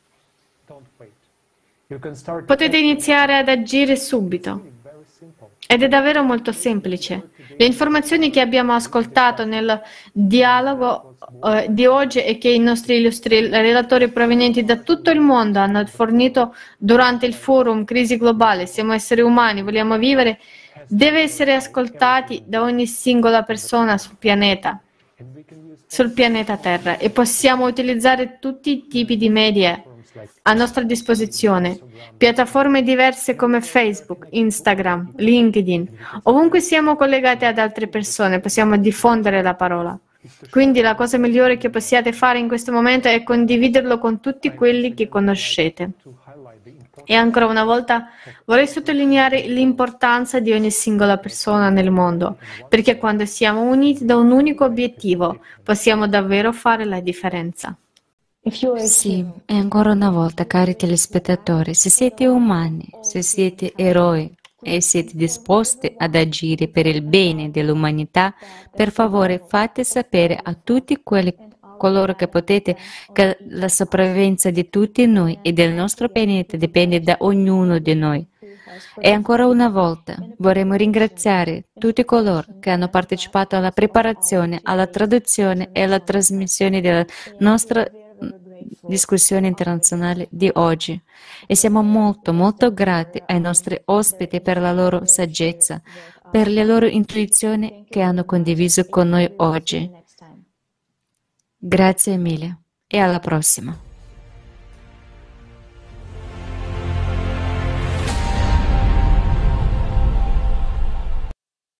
Potete iniziare ad agire subito. Ed è davvero molto semplice. Le informazioni che abbiamo ascoltato nel dialogo di oggi e che i nostri illustri relatori provenienti da tutto il mondo hanno fornito durante il forum Crisi Globale, siamo esseri umani, vogliamo vivere, deve essere ascoltati da ogni singola persona sul pianeta Terra, e possiamo utilizzare tutti i tipi di media a nostra disposizione, piattaforme diverse come Facebook, Instagram, LinkedIn. Ovunque siamo collegati ad altre persone, possiamo diffondere la parola. Quindi la cosa migliore che possiate fare in questo momento è condividerlo con tutti quelli che conoscete. E ancora una volta vorrei sottolineare l'importanza di ogni singola persona nel mondo, perché quando siamo uniti da un unico obiettivo, possiamo davvero fare la differenza. Sì, e ancora una volta, cari telespettatori, se siete umani, se siete eroi e siete disposti ad agire per il bene dell'umanità, per favore fate sapere a tutti coloro che potete che la sopravvivenza di tutti noi e del nostro pianeta dipende da ognuno di noi. E ancora una volta vorremmo ringraziare tutti coloro che hanno partecipato alla preparazione, alla traduzione e alla trasmissione della nostra discussione internazionale di oggi. E siamo molto, molto grati ai nostri ospiti per la loro saggezza, per le loro intuizioni che hanno condiviso con noi oggi. Grazie mille e alla prossima.